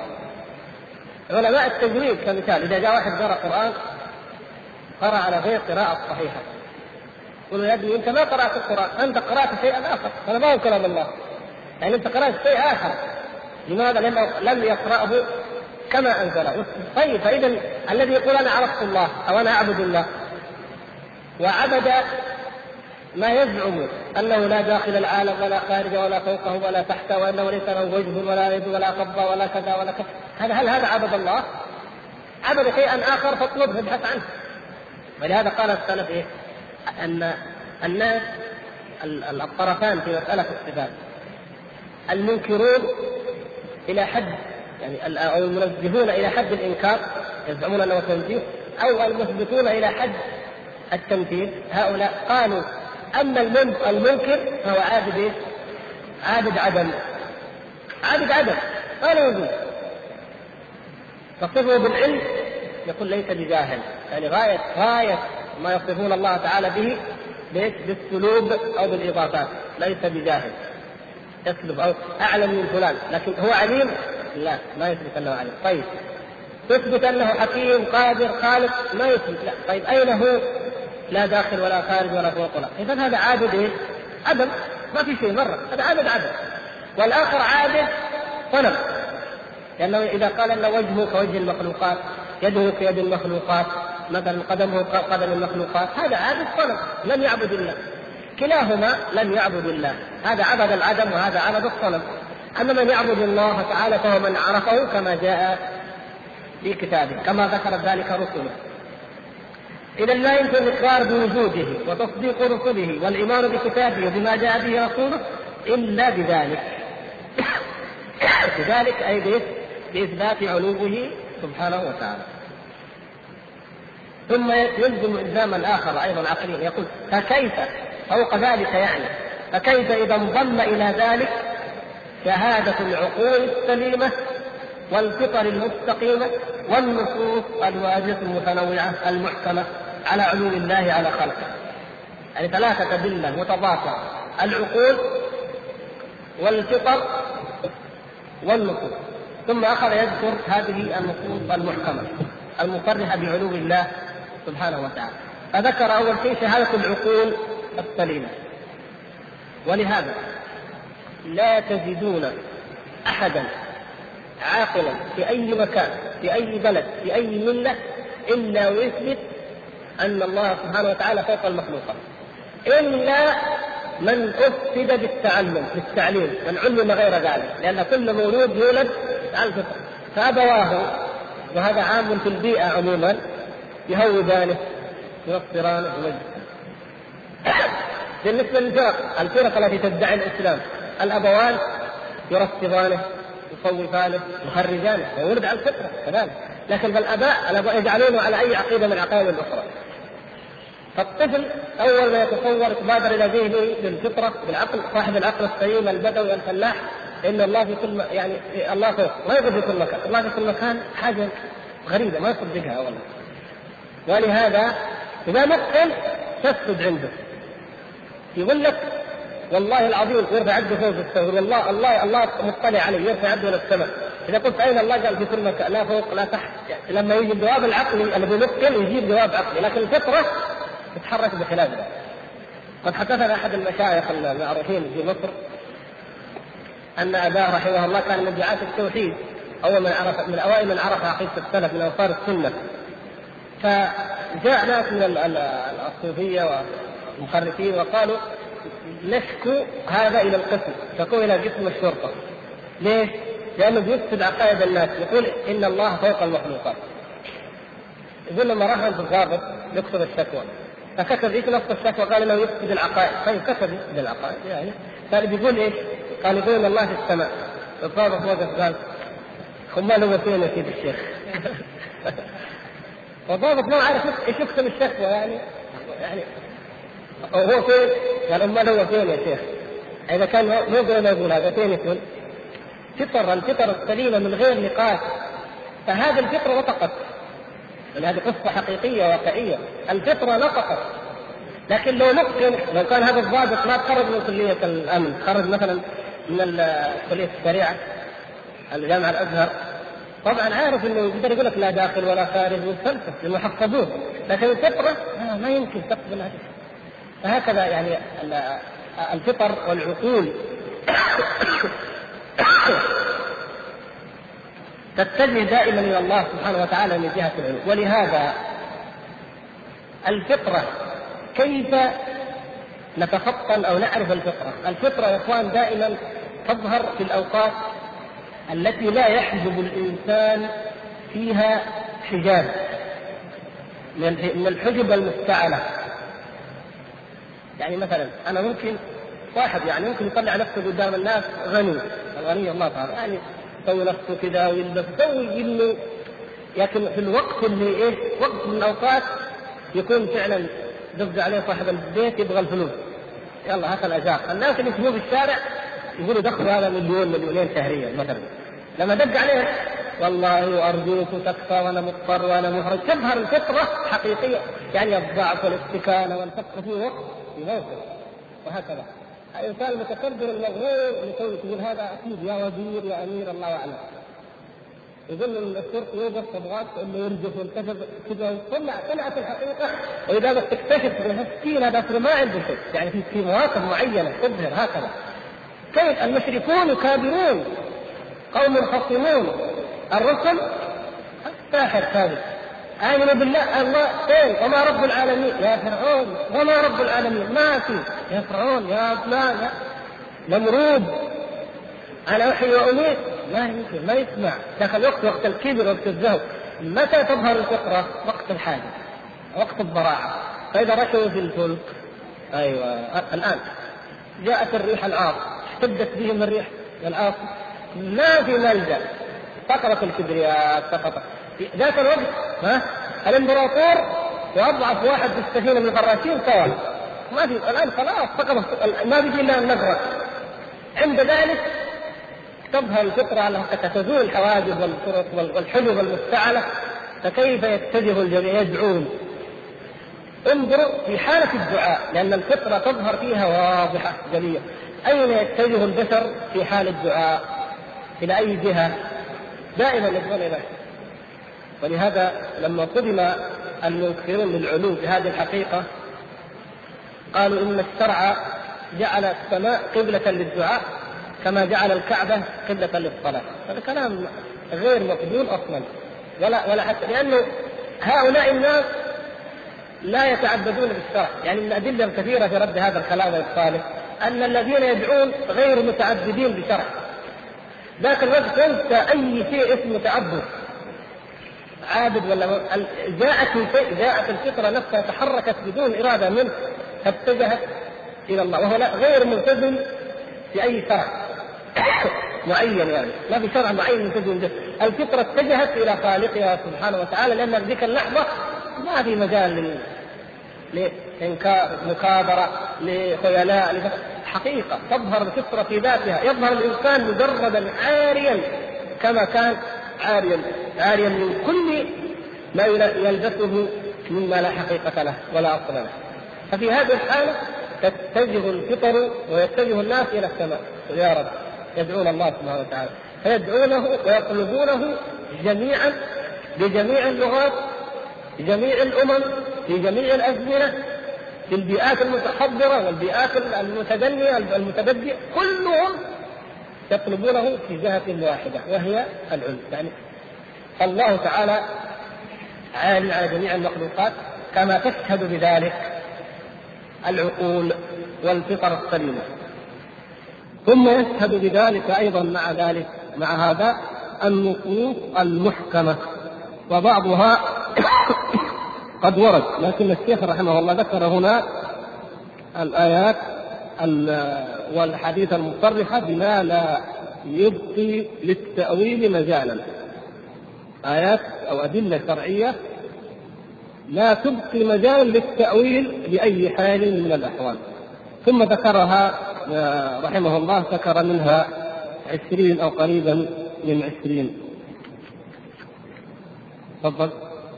علماء التجويد كمثال، إذا جاء واحد قرأ قرآن قرأ على غير قراءة صحيحة، قل يا ابني أنت ما قرأت القرآن، أنت قرأت شيئا آخر، هذا ما هو كلام الله، يعني أنت قرأت شيء آخر. لماذا؟ لأنه لم يقرأه كما أنزله. طيب، فإذا الذي يقول أنا عرفت الله أو أنا أعبد الله وعبد ما يزعم أنه لا داخل العالم ولا خارج ولا فوقه ولا تحته، وأنه ليس له وجه ولا يد ولا قبضة ولا كذا ولا كذا، هل هذا عبد الله؟ عبد شيئا آخر فاطلبه ابحث عنه. ولهذا قال السلف أن الناس الطرفان في مسألة الصفات، المنكرون إلى حد يعني أو المنزهون إلى حد الإنكار يزعمون أنه تنزيه، أو المثبتون إلى حد التمثيل. هؤلاء قالوا أما المنكر فهو عابد عدم لا يوجد. تصفه بالعلم يقول ليس بجاهل، يعني غاية ما يصفون الله تعالى به بالسلوب أو بالإضافات، ليس بجاهل. يسلب أو أعلم من فلان، لكن هو عليم؟ لا، ما يثبت أنه عليم. طيب تثبت أنه حكيم قادر خالق؟ ما يثبت. لا. طيب أين هو؟ لا داخل ولا خارج ولا فوق ولا. إذن هذا عابد إيه؟ عدم، ما في شيء مرة، هذا عابد عدم. والآخر عابد صنم، لأنه إذا قال أن وجهه كوجه المخلوقات، يده كيد المخلوقات، مثلا قدمه كقدم المخلوقات، هذا عابد صنم لم يعبد الله. كلاهما لم يعبد الله، هذا عبد العدم وهذا عبد الصنم. أما من يعبد الله تعالى فهو من عرفه كما جاء في كتابه، كما ذكرت ذلك رسله. إذا لا يمكن الإقرار بوجوده وتصديق رسله والإيمان بكتابه وبما جاء به رسوله إلا بذلك. بذلك أي بإثبات علوه سبحانه وتعالى. ثم يلزم إلزاما آخر أيضا عقليا، يقول فكيف فوق ذلك، يعني فكيف إذا انضم إلى ذلك شهادة العقول السليمة والفطر المستقيمة والنصوص الواردة المتنوعة المحكمة على علو الله على خلقه. يعني ثلاثة أدلة متضافرة: العقول والفطر والنصوص. ثم أخذ يذكر هذه النصوص المحكمة المصرحة بعلو الله سبحانه وتعالى. فذكر أول شيء شهادة العقول السليمة. ولهذا لا تجدون أحدا عاقلا في أي مكان في أي بلد في أي ملة إلا ويثبت أن الله سبحانه وتعالى فوق المخلوقات، إلا من أفسد بالتعليم من علم غير ذلك، لأن كل مولود يولد على الفطرة، فأبواه، وهذا عام في البيئة عموما، يهودانه ينصرانه بالنسبة للفرق التي تدعي الإسلام، الأبوان يرفضانه يصوفانه يخرجانه، ويولد على الفطرة كذلك. لكن الآباء يجعلونه على أي عقيدة من العقائد الأخرى. فالطفل أول ما يتصور يتبادر إلى ذهنه بالفطرة بالعقل، صاحب العقل السليم البدوي الفلاح، إن الله في كل يعني الله فوق، ما يقول في كل مكان، الله في كل مكان حاجة غريبة ما يصدقها أولا. ولهذا إذا مكن تسجد عنده، يقول لك والله العظيم يرفع عبده فوق السماء، والله الله مطلع عليه يرفع عبده للسماء. إذا قلت أين الله قال في كل مكان، لا فوق لا تحت. يعني لما يجي الجواب العقلي الذي يمكن يجيب جواب عقلي، لكن الفطرة تتحرك بخلاف ذلك. قد حدثنا أحد المشايخ المعروفين في مصر أن أباه رحمه الله كان من دعاة التوحيد، أول من أوائل من عرف عقيدة السلف من أنصار السنة. فجاء ناس من الصوفية والمخرفين وقالوا نشكو هذا إلى القسم، شكوه إلى قسم الشرطة. ليش؟ لأنه بيفسد عقائد الناس، يقول إن الله فوق المخلوقات. يقول لما راح عند الضابط يكتب الشكوى، فكتب إيش نص الشكوى؟ قال إنه يفسد العقائد. طيب كتب يفسد العقائد يعني، قال بيقول إيش؟ قال يقول إن الله في السماء. الضابط وقف قال خمال هو فين يا سيدي الشيخ؟ والضابط ما عارف إيش يكتب الشكوى يعني هو فين؟ قال أمال هو فين يا شيخ؟ إذا كان مو يقول هذا فين يكون؟ الفطرة السليمة من غير نقاش. فهذه الفطرة نطقت، هذه قصة حقيقية واقعية، الفطرة نطقت. لكن لو كان هذا الضابط ما تخرج من كلية الأمن، خرج مثلا من كلية الشريعة الجامعة الأزهر، طبعا عارف انه يقدر يقول لك لا داخل ولا خارج والفلسفة لما حفظوه، لكن الفطرة ما يمكن تقبل هذا. فهكذا يعني الفطر والعقول تتجه دائما الى الله سبحانه وتعالى من جهة العلو. ولهذا الفطرة كيف نتفطن او نعرف الفطرة؟ الفطرة يا اخوان دائما تظهر في الاوقات التي لا يحجب الانسان فيها حجاب من الحجب المفتعلة. يعني مثلا انا ممكن واحد يعني ممكن يطلع نفسه قدام الناس غني الله تعالى، يعني يسوي نفسه كذا ويلبس يسوي انه، لكن في الوقت اللي وقت من الاوقات يكون فعلا دق عليه صاحب البيت يبغى الفلوس، يلا هات الاجار. الناس اللي يشوفوه في الشارع يقولوا دخلوا هذا مليونين شهريا مثلا، لما دق عليه والله ارجوك تكفى وانا مضطر وانا محرج، تظهر الفطره حقيقيه، يعني الضعف والاستكانه والفقر في وقت في موقف. وهكذا الإنسان المتكبر المغرور يسوي يقول هذا أكيد يا وزير يا أمير الله أعلم. يظن ان الشرطي يوقف تبغاك انه يرجف وينكشف كذا، طلعت الحقيقه. واذا بس تكتشف مسكين هذا ما عنده شيء، يعني في مواقف معينه تظهر هكذا. كيف المشركون الكافرون قوم خصمون الرسل، الساحر كاذب، آمنوا بالله الله فين وما رب العالمين يا فرعون، وما رب العالمين ما في يا فرعون يا فلان يا نمرود، أنا أحيي وأميت، ما يمكن ما يسمع. دخل وقت الكبر وقت الزهو. متى تظهر الفطرة؟ وقت الحاجة، وقت الضراعة. فإذا ركبوا في الفلك أيوة الآن جاءت الريح العاصف، اشتدت بهم الريح العاصف، ما في ملجأ، سقطت الكبرياء سقطت. في ذاك الوقت الامبراطور وأضعف واحد في السفينة من الفراشين سوى، ما في الآن خلاص سقطت، ما بيجي إلا النقرة. عند ذلك تظهر الفطرة على تزول الحواجز والفرص والحجب المفتعلة. فكيف يتجه الجميع؟ يدعون. انظروا في حالة الدعاء، لأن الفطرة تظهر فيها واضحة جلية. أين يتجه البشر في حال الدعاء؟ إلى أي جهة؟ دائما يدعون إليه. ولهذا لما قدم المنكرون للعلو بهذه الحقيقة قالوا إن الشرع جعل السماء قبلة للدعاء كما جعل الكعبة قبلة للصلاة. هذا كلام غير مقبول أصلا ولا حتى، لأنه هؤلاء الناس لا يتعبدون بالشرع. يعني من الأدلة الكثيرة في رد هذا الكلام الصالح أن الذين يدعون غير متعبدين بشرع. ذاك الوقت ينسى أي شيء اسمه تعبد عابد ولا جاءت الفطرة نفسها تحركت بدون إرادة منه، فاتجهت إلى الله، وهو غير ملتزم في أي شرع معين، يعني ما في شرع معين ملتزم به. الفطرة اتجهت إلى خالقها سبحانه وتعالى، لأن ذيك اللحظة ما في مجال لإنكار مكابرة لخيلاء حقيقة. تظهر الفطرة في ذاتها، يظهر الإنسان مجردا عاريا كما كان عاريا من كل ما يلبسه مما لا حقيقة له ولا أصل له. ففي هذه الحالة تتجه الفطر ويتجه الناس إلى السماء يا رب، يدعون الله سبحانه وتعالى، فيدعونه ويطلبونه جميعا بجميع اللغات، بجميع الأمم، في جميع الأزمنة، في البيئات المتحضرة والبيئات المتدنية المتبدئة، كلهم يطلبونه في جهة واحدة وهي العلم. يعني الله تعالى عالي على جميع المخلوقات كما تشهد بذلك العقول والفطر السليمة. ثم يشهد بذلك أيضا مع هذا النصوص المحكمة، وبعضها قد ورد، لكن الشيخ رحمه الله ذكر هنا الآيات والحديث المصرحة بما لا يبقي للتأويل مجالا. آيات أو أدلة شرعية لا تبقي مجال للتأويل بأي حال من الأحوال. ثم ذكرها رحمه الله، ذكر منها 20 أو قريبا من 20. تفضل.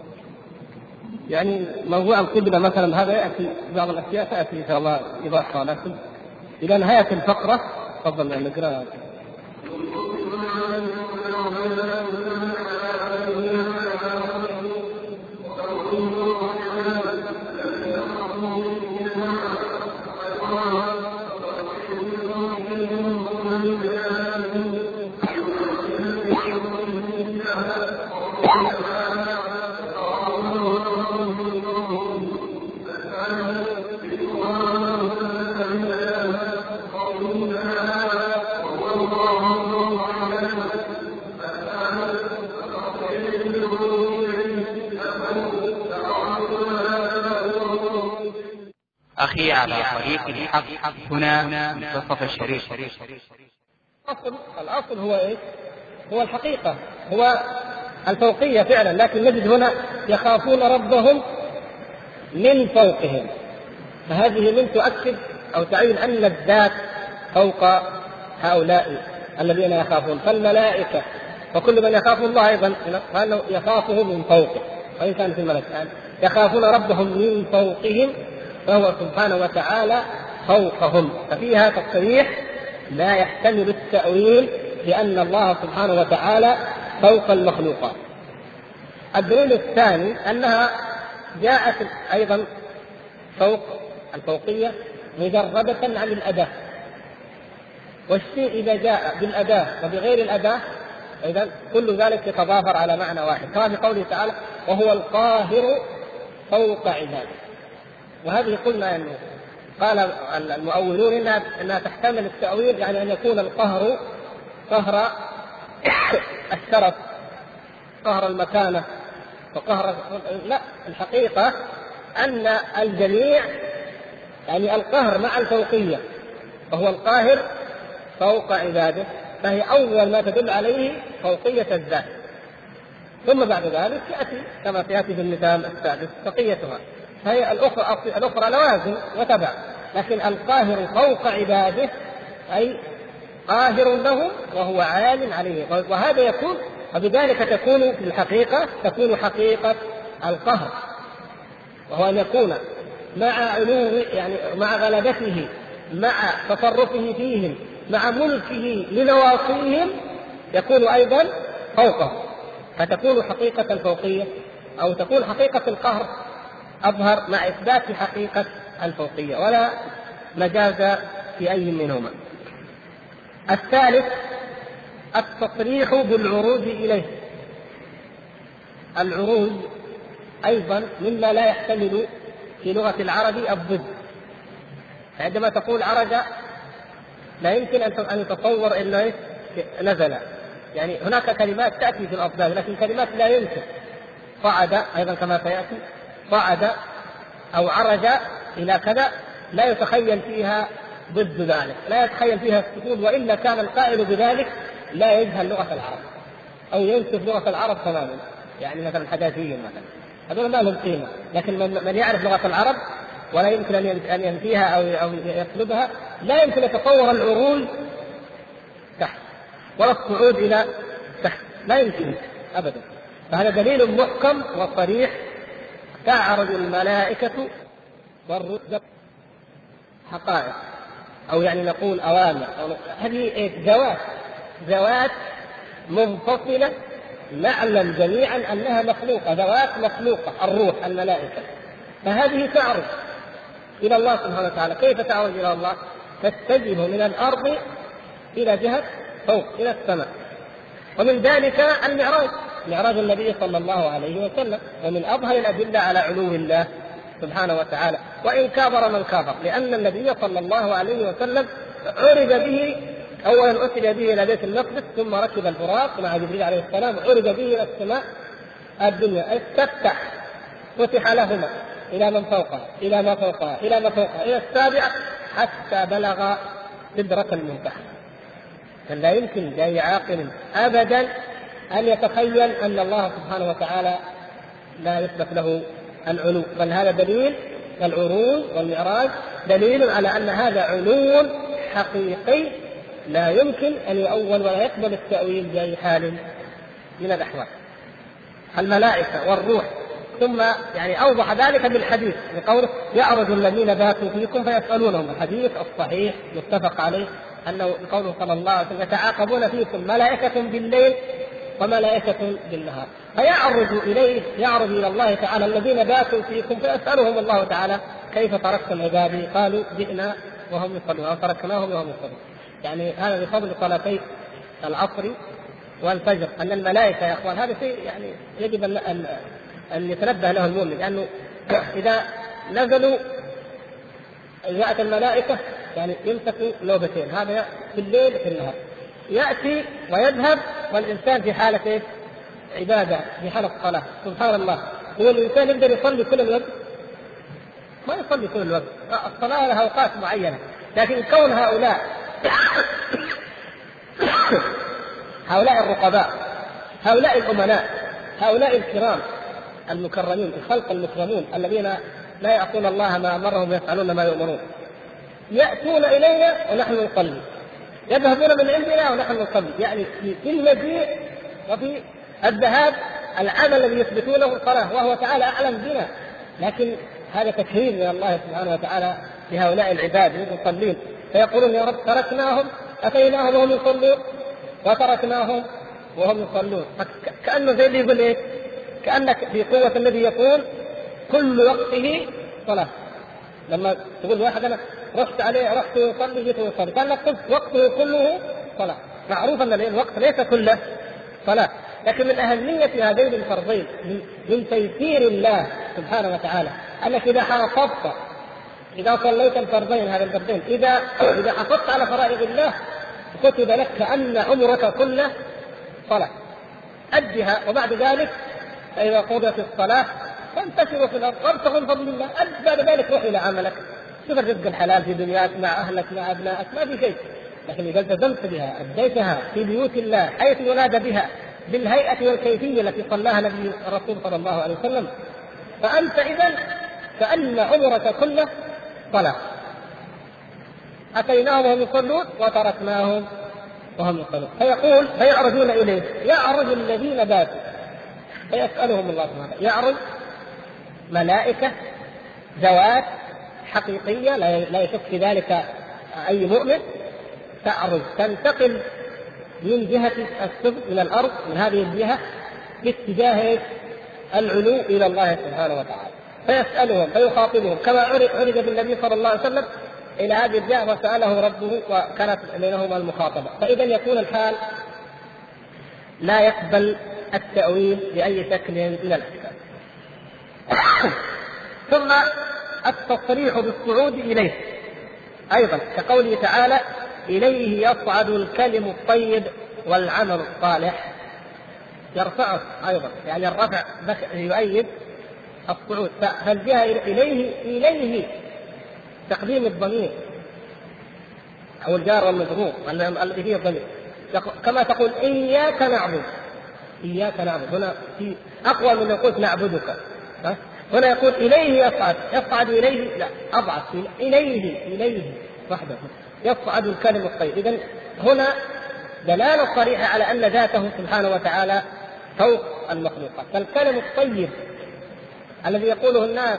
يعني موضوع القبلة مثلا هذا يأتي، بعض الأشياء تأتي إن شاء الله إيضاحها، لكن إلى نهاية الفقرة تفضل أن نقرأ. أخي على طريق الحق هنا منتصف الشريف. الأصل هو إيه؟ هو الحقيقة، هو الفوقية فعلا، لكن نجد هنا يخافون ربهم من فوقهم، فهذه من تؤكد أو تعين أن الذات فوق هؤلاء الذين يخافون. فالملائكة وكل من يخاف الله أيضا فإنه يخافه من فوقه، وإن كان في الملك يخافون ربهم من فوقهم، فهو سبحانه وتعالى فوقهم، ففيها تصريح لا يحتمل التأويل لأن الله سبحانه وتعالى فوق المخلوقات. الدليل الثاني أنها جاءت أيضا فوق الفوقية مجردة عن الأداة، والشيء إذا جاء بالأداة وبغير الأداة إذن كل ذلك يتضافر على معنى واحد، كما في قوله تعالى وهو القاهر فوق عباده. وهذه قلنا أنه قال المؤولون إنها تحتمل التأويل، يعني أن يكون القهر قهر الشرف، قهر المكانة، وقهر لا، الحقيقة أن الجميع يعني القهر مع الفوقية، وهو القاهر فوق عباده، فهي أول ما تدل عليه فوقية الذات، ثم بعد ذلك يأتي كما سيأتي في المثال السادس بقيتها، فهي الأخرى لوازم وتبع، لكن القاهر فوق عباده أي قاهر لهم وهو عال عليه، وهذا يكون وبذلك تكون في الحقيقة تكون حقيقة القهر، وهو أن يكون مع علو يعني مع غلبته، مع تصرفه فيهم، مع ملكه لنواصيهم، يكون أيضا فوقه، فتكون حقيقة الفوقية أو تكون حقيقة القهر أظهر مع إثبات حقيقة الفوقية، ولا مجاز في أي منهما. الثالث التصريح بالعروج إليه. العروج أيضا مما لا يحتمل في لغة العرب الضد، عندما تقول عرج لا يمكن أن يتصور إنه نزل، يعني هناك كلمات تأتي في الأضداد لكن كلمات لا يمكن. صعد أيضا كما سيأتي، صعد أو عرج إلى كذا لا يتخيل فيها ضد ذلك، لا يتخيل فيها السكون، وإلا كان القائل بذلك لا يجهل لغة العرب أو ينسف لغة العرب تماما، يعني مثلا حداثيين مثلا هذول ما لهم قيمة، لكن من يعرف لغة العرب ولا يمكن أن ينفيها أو يطلبها لا يمكن يتصور العروج تحت ولا الصعود إلى تحت، لا يمكن أبدا. فهذا دليل محكم وصريح، تعرج الملائكة والرسل حقائق، أو يعني نقول أوامر، هذه ذوات منفصلة نعلم جميعا أنها مخلوقة، ذوات مخلوقة، الروح الملائكة، فهذه تعرج إلى الله سبحانه وتعالى. كيف تعرج إلى الله؟ تتجه من الأرض إلى جهة فوق إلى السماء، ومن ذلك المعراج، معراج النبي صلى الله عليه وسلم، ومن أظهر الأدلة على علو الله سبحانه وتعالى، وإن كابر من كابر، لأن النبي صلى الله عليه وسلم عرج به أولا، أسري به إلى بيت المقدس، ثم ركب البراق مع جبريل عليه السلام، عرج به إلى السماء الدنيا، استفتح، فتح لهما إلى من فوقها، إلى ما فوقها، إلى ما فوقها، إلى السابعة، حتى بلغ سدرة المنتهى. فلا يمكن لأي عاقل أبدا أن يتخيل أن الله سبحانه وتعالى لا يثبت له العلو، بل هذا دليل، العروج والمعراج دليل على أن هذا علو حقيقي لا يمكن أن يؤول ولا يقبل التأويل بأي حال من الأحوال. الملائكة والروح، ثم يعني أوضح ذلك بالحديث بقوله يعرج الذين باتوا فيكم فيسألونهم، الحديث الصحيح متفق عليه أنه قوله صلى الله عليه وسلم يتعاقبون فيكم ملائكة بالليل وملائكة بالنهار، فيعرج إليه، يعرج إلى الله تعالى الذين باتوا فيكم فيسألهم الله تعالى كيف تركتم عبادي؟ قالوا جئنا وهم يصلون أو تركناهم وهم يصلون. يعني هذا بفضل صلاتي العصر والفجر، أن الملائكة يا أخوان هذا شيء يعني يجب أن يتنبه له المؤمن، لأنه إذا نزلوا جاءت الملائكة يعني يمسكوا نوبتين، هذا في الليل في النهار، يأتي ويذهب والإنسان في حالة عبادة، في حالة صلاة. سبحان الله، هو الإنسان يقدر يصلي كل الوقت؟ ما يصلي كل الوقت، الصلاة لها أوقات معينة، لكن كون هؤلاء الرقباء، هؤلاء الأمناء، هؤلاء الكرام المكرمين، الخلق المكرمون الذين لا يعصون الله ما أمرهم ويفعلون ما يؤمرون، يأتون إلينا ونحن نصلي، يذهبون من عندنا ونحن نصلي، يعني في المجيء وفي الذهاب العمل الذي يثبتونه الصلاة، وهو تعالى أعلم بنا لكن هذا تكريم من الله سبحانه وتعالى لهؤلاء العباد المصلين، فيقولون يا رب تركناهم أتيناهم وهم يصلون وتركناهم وهم يصلون. كأنه زي اللي يقول إيه؟ كأنك في قوة الذي يقول كل وقته صلاة. لما تقول واحد أنا رحت عليه رحت يصلي جيت يصلي، كأنك قلت وقته كله صلاة. معروف أن الوقت ليس كله صلاة، لكن من أهمية هذين الفرضين من تيسير الله سبحانه وتعالى أنك إذا حافظت، إذا صليت الفرضين هذا الفرضين، إذا حافظت على فرائض الله كتب لك كأن عمرك كله صلاة. أدها، وبعد ذلك فإذا قضيت الصلاة فانتشروا في الأرض وابتغوا من فضل الله. بعد ذلك روح إلى عملك، شوف الرزق الحلال في دنياك مع أهلك مع أبنائك، ما في شيء. لكن إذا التزمت بها أديتها في بيوت الله حيث ينادى بها بالهيئة والكيفية التي صلاها النبي الرسول صلى الله عليه وسلم، فأنت إذن كأن عمرك كله صلاة. أتيناهم وهم يصلون وتركناهم وهم يصلون. فيقول فيعرجون إليه، يعرج الذين باتوا فيسألهم الله سبحانه. يعرج ملائكة ذوات حقيقية لا يشك في ذلك أي مؤمن، تعرج تنتقل من جهة السفل من الأرض من هذه الجهة باتجاه العلو إلى الله سبحانه وتعالى، فيسألهم فيخاطبهم كما عرج بالنبي صلى الله عليه وسلم إلى هذه الجهة وسأله ربه وكانت بينهما المخاطبة. فإذا يكون الحال لا يقبل التأويل بأي شكل من الأشكال. ثم التصريح بالصعود إليه أيضا كقوله تعالى إليه يصعد الكلم الطيب والعمل الصالح، يرفعه أيضا، يعني الرفع يؤيد الصعود. فالجهة إليه تقديم الضمير أو الجار والمجرور الذي فيه الضمير، كما تقول إياك نعبد. إياك نعبد هنا في أقوى من يقول نعبدك. هنا يقول إليه يصعد إليه، لا أضعف، إليه وحده يصعد الكلم الطيب. إذن هنا دلالة صريحة على أن ذاته سبحانه وتعالى فوق المخلوقات. فالكلم الطيب الذي يقوله الناس،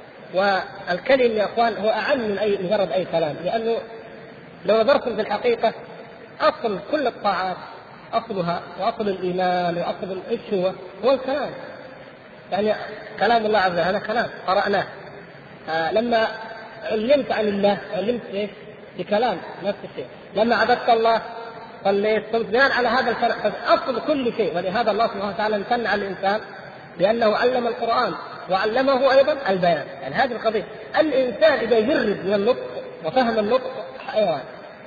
والكلم يا أخوان هو أعم من مجرد أي كلام، لأنه لو نظرتم في الحقيقة أصل كل الطاعات أصلها وأصل الإيمان وأصل الإيش هو الكلام. يعني كلام الله عز وجل هذا كلام قرأناه. لما علمت عن الله علمت إيه؟ بكلام نفس الشيء. لما عبدت الله صليت صمت بناء على هذا الكلام، أصل كل شيء. ولهذا الله سبحانه وتعالى امتن على الإنسان لأنه علم القرآن وعلمه أيضا البيان. يعني هذه القضية، الإنسان إذا يجرد من النطق وفهم النطق حيوان.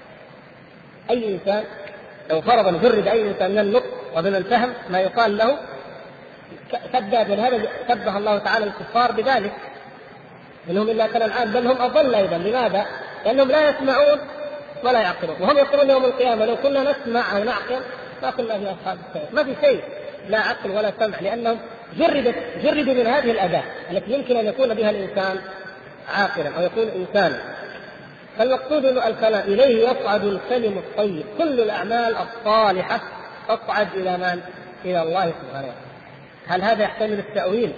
أي إنسان لو فرض يجرد أي إنسان من النطق ومن الفهم ما يقال له كذاب. ولهذا شبه الله تعالى الكفار بذلك، إنهم إلا كالأنعام بل هم أضل أيضا. لماذا؟ لأنهم لا يسمعون ولا يعقلون. وهم يقولون يوم القيامة لو كنا نسمع أو نعقل ما كنا في أصحاب السعير. ما في شيء لا عقل ولا سمع، لأنهم جردوا من هذه الأداة التي يمكن أن يكون بها الإنسان عاقلا أو يكون إنسانا. فالمقصود أن الكلام إليه يصعد الكلم الطيب، كل الأعمال الصالحة تصعد إلى من؟ إلى الله سبحانه وتعالى. هل هذا يحتمل التأويل؟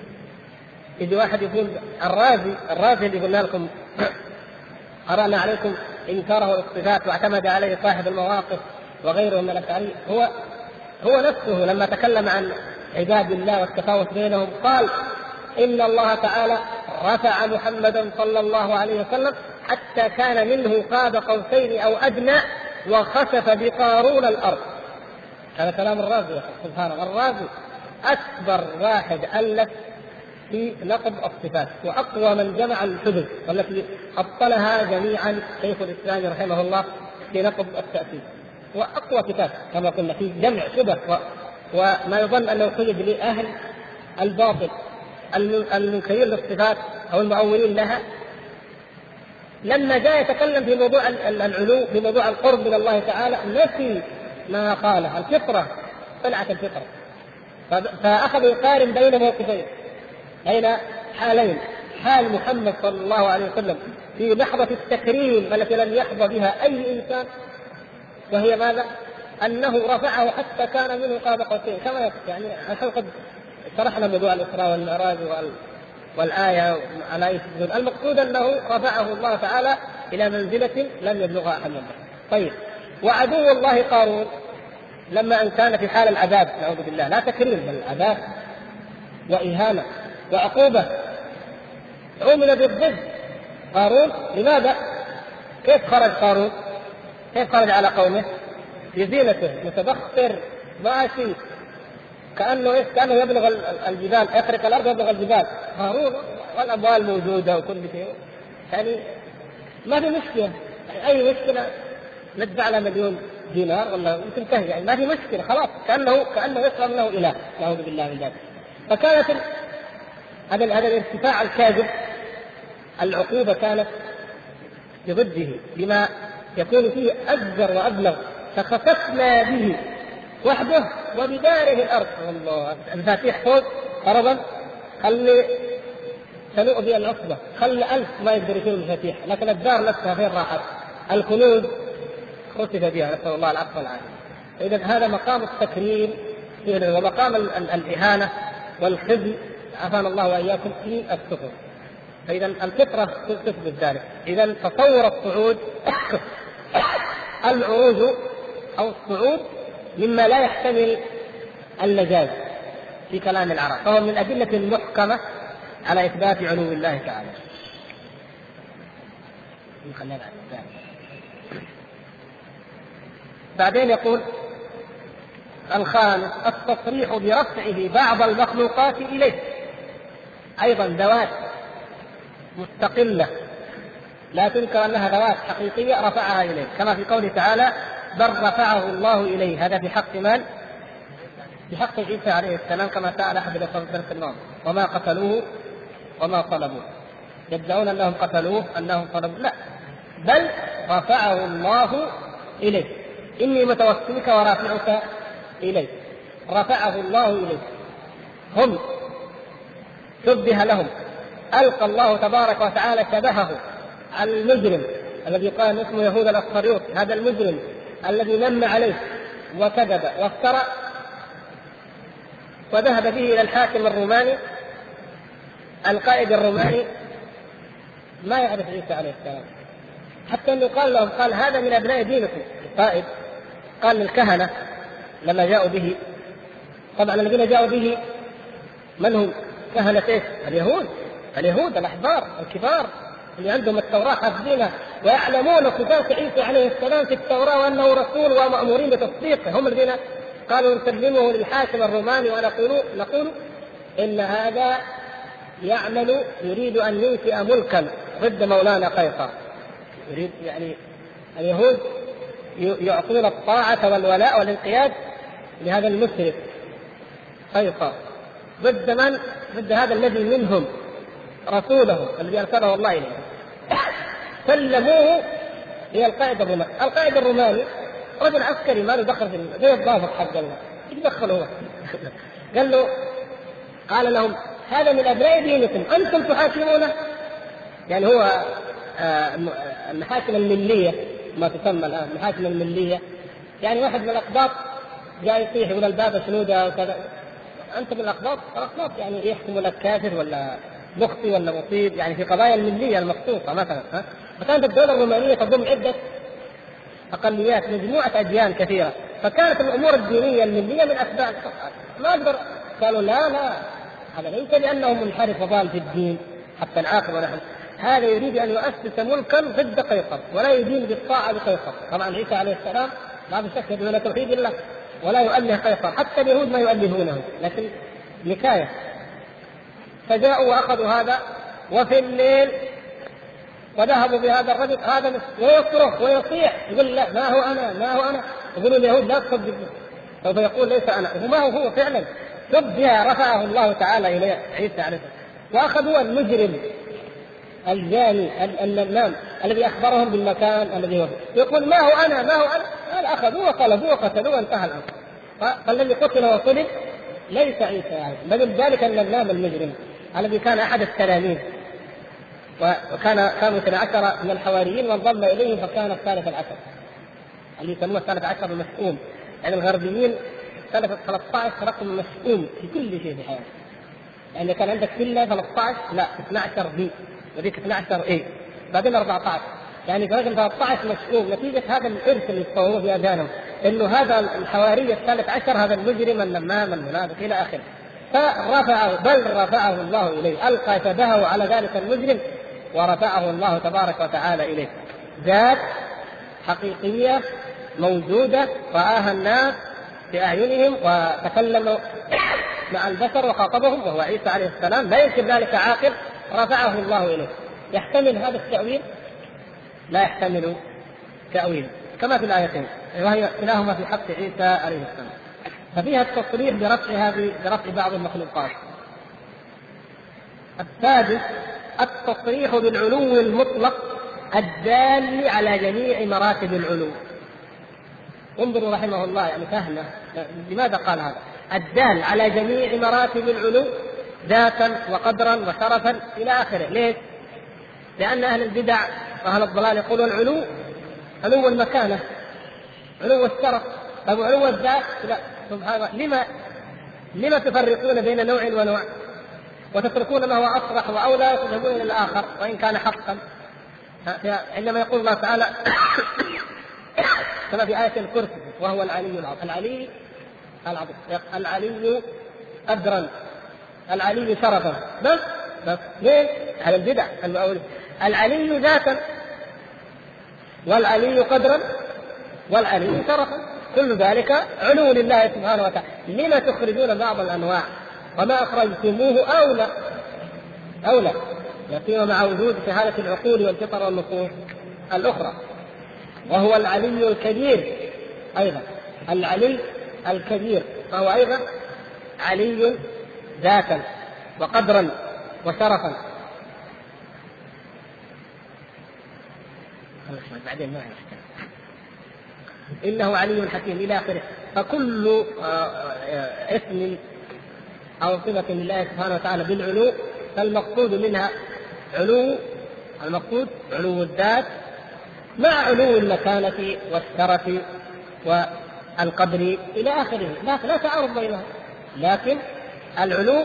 إذا واحد يقول الرازي اللي قلنا لكم قرأنا عليكم إنكاره الصفات واعتمد عليه صاحب المواقف وغيره من الأفعال، هو نفسه لما تكلم عن عباد الله والتفاوت بينهم قال إن الله تعالى رفع محمدا صلى الله عليه وسلم حتى كان منه قاب قوسين أو أدنى وخسف بقارون الأرض. هذا كلام الرازي سبحانه. الرازي أكبر واحد ألف في نقض الصفات وأقوى من جمع الحجج والتي أبطلها جميعا شيخ الإسلام رحمه الله في نقض التأثير، وأقوى كتاب كما قلنا في جمع شبه وما يظن أنه حجج لأهل الباطل المنكرين للصفات أو المؤولين لها. لما جاء يتكلم في موضوع العلو في موضوع القرب من الله تعالى نسي ما قاله الفطرة، طلعت الفطرة، فأخذ يقارن بين موقفين، بين حالين: حال محمد صلى الله عليه وسلم في لحظة التكريم التي لم يحظى بها أي إنسان، وهي ماذا؟ أنه رفعه حتى كان منه قاب قوسين كما يعني قد شرحنا موضوع الإسراء والمعراج والآية على يسجدون. المقصود أنه رفعه الله تعالى إلى منزلة لم يبلغها أحد منهم. طيب، وعدو الله قارون لما أن كان في حال العذاب نعوذ بالله، لا تكريم بل عذاب وإهانة وعقوبة، عمل بالضد قارون. لماذا؟ كيف خرج قارون؟ كيف خرج على قومه؟ بزينته متبختر ماشي كأنه كأنه يبلغ الجبال، يخرق الأرض يبلغ الجبال. قارون والأموال موجودة وكل شيء، يعني ما في مشكلة. يعني أي مشكلة ندفع له مليون دينار ولا تنتهي، يعني ما في مشكلة خلاص، كأنه يصل له إله نعوذ بالله من ذلك. فكانت هذا الارتفاع الكاذب، العقوبة كانت بضده بما يكون فيه أزجر وأبلغ. فخسفنا به وحده وبداره الأرض. والله المفاتيح فوق فرضا خلي سنوء بها العصبة، خلي 1000 ما يقدر يشيل المفاتيح، لكن الدار نفسها فين راحت؟ الكنوز خسف بها، نسأل الله العفو والعافية. إذا هذا مقام التكريم ومقام الإهانة والخزي، عافانا الله وإياكم في السفر. فإذا الفطرة تثبت ذلك. إذا تصور الصعود العروج أو الصعود مما لا يحتمل المجاز في كلام العرب، فهو من الأدلة المحكمة على إثبات علو الله تعالى. بعدين يقول الخامس التصريح برفعه بعض المخلوقات إليه، أيضا ذوات مستقلة لا تنكر أنها ذوات حقيقية رفعها إليه، كما في قوله تعالى بل رفعه الله إليه. هذا في حق من؟ في حق عيسى عليه السلام، كما سأل أحد الدرس الماضي وما قتلوه وما صلبوه. يدعون أنهم قتلوه أنهم صلبوه، لا، بل رفعه الله إليه. إني متوسلك ورافعك إليه، رفعه الله إليه. هم شبه لهم، ألقى الله تبارك وتعالى شبهه المجرم الذي قال اسمه يهوذا الأسخريوطي، هذا المجرم الذي من عليه وكذب وافترى وذهب به إلى الحاكم الروماني. القائد الروماني ما يعرف عيسى عليه السلام، حتى أنه قال لهم قال هذا من أبناء دينكم. القائد قال للكهنة لما جاءوا به، طبعا الذين جاءوا به من هم؟ كهنة إيش؟ اليهود الأحبار الكبار اللي عندهم التوراة حافظينها ويعلمون صفات عيسى عليه السلام في التوراة وأنه رسول ومأمورين بتصديقه، هم الذين قالوا نسلمه للحاكم الروماني ونقول إن هذا يريد أن ينشئ ملكا ضد مولانا قيصر. يريد يعني اليهود يعطون الطاعة والولاء والانقياد لهذا المشرك قيصر ضد من؟ ضد هذا الذي منهم رسوله الذي أرسله الله إليه. سلموه إلى القائد الروماني. القائد الروماني رجل عسكري ما له دخل زي الضابط حق الله، يدخل هو قال لهم هذا من أبناء دينكم أنتم تحاكمونه. يعني هو المحاكم الملية ما تسمى الآن المحاكم الملية، يعني واحد من الأقباط جاي يطيح من الباب شنودة وكذا، أنت من الأقباط يعني يحكم لك كافر ولا مخطي ولا مصيب، يعني في قضايا الملية المخصوصة مثلا. فكانت الدولة الرومانية تضم عدة أقليات مجموعة أديان كثيرة، فكانت الأمور الدينية الملية من أسباب ما أقدر. قالوا لا هذا ليس لأنه منحرف وضال في الدين حتى نعاقب نحن، هذا يريد أن يؤسس ملكا ضد قيصر ولا يدين بالطاعة لقيصر. طبعا عيسى عليه السلام ما بشك يدعون توحيد الله ولا يؤله قيصر، حتى اليهود ما يؤلهونه، لكن نكاية. فجاءوا وأخذوا هذا وفي الليل وذهبوا بهذا الرجل هذا ويصرخ ويصيح يقول لا ما هو أنا يقولوا اليهود لا تصدقوا، سوف يقول ليس أنا، وما هو فعلا شبه رفعه الله تعالى إلى عيسى عليه السلام. وأخذوا المجرم الجاني النمام الذي أخبرهم بالمكان الذي هو يقول ما هو أنا قال أخذوه وقلبوه وقتلوه وانتهى الأمر. فالذي قتل وصلب ليس عيسى يعني، بل ذلك النمام المجرم الذي كان أحد التلاميذ، كانوا 12 من الحواريين وانضم إليهم فكان الثالث العشر اللي يسموه الثالث عشر المشؤوم. يعني الغربيين 13 رقم مشؤوم في كل شيء في حياته، يعني كان عندك كله 13 لا 12 بي وذيك 12 اي بعدين 14 يعني رقم 13 مشؤوم نتيجه هذا الارث اللي يتصوروه في اذهانهم انه هذا الحواري الثالث عشر هذا المجرم النمام المنافق الى اخره. فرفعه بل رفعه الله اليه، القى يده على ذلك المجرم ورفعه الله تبارك وتعالى اليه. ذات حقيقيه موجوده راها الناس بأعينهم وتكلموا مع البشر وخاطبهم وهو عيسى عليه السلام، لا يمكن ذلك عاقل، رفعه الله إليه. يحتمل هذا التأويل؟ لا يحتمل تأويل، كما في الآيتين وهي كلاهما في حق عيسى عليه السلام. ففيها التصريح برفع بعض المخلوقات. السادس التصريح بالعلو المطلق الدال على جميع مراتب العلو. انظروا رحمه الله يعني فهمه لماذا قال هذا، الدال على جميع مراتب العلو ذاتا وقدرا وشرفا إلى آخره. ليش؟ لأن أهل البدع وأهل الضلال يقولون العلو علو المكانة، علو الشرف، أو علو الذات. لا سبحان الله، لما تفرقون بين نوع ونوع وتتركون ما هو أصرح وأولى وتذهبون إلى الآخر وإن كان حقا؟ عندما يقول الله تعالى كما في آية الكرسي وهو العلي العظيم، العلي قدرا، العلي شرفا، بس ليه؟ على البدع العلي ذاتا والعلي قدرا والعلي شرفا، كل ذلك علو لله سبحانه وتعالى. لما تخرجون بعض الأنواع وما أخرجتموه أولى يقيم مع وجود شهادة العقول والفطر والنصوص الأخرى. وهو العلي الكبير أيضا، العلي الكبير فهو أيضا علي ذاتا وقدرا وشرفا. بعدين ما إنه علي حكيم إلى آخره. فكل اسم أو صفة لله سبحانه وتعالى بالعلو فالمقصود منها علو الذات مع علو المكانة والشرف والقدر إلى آخره، لا تعارض بينها، لكن العلو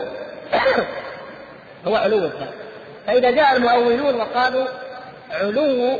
هو علو الذات. فإذا جاء المؤولون وقالوا علو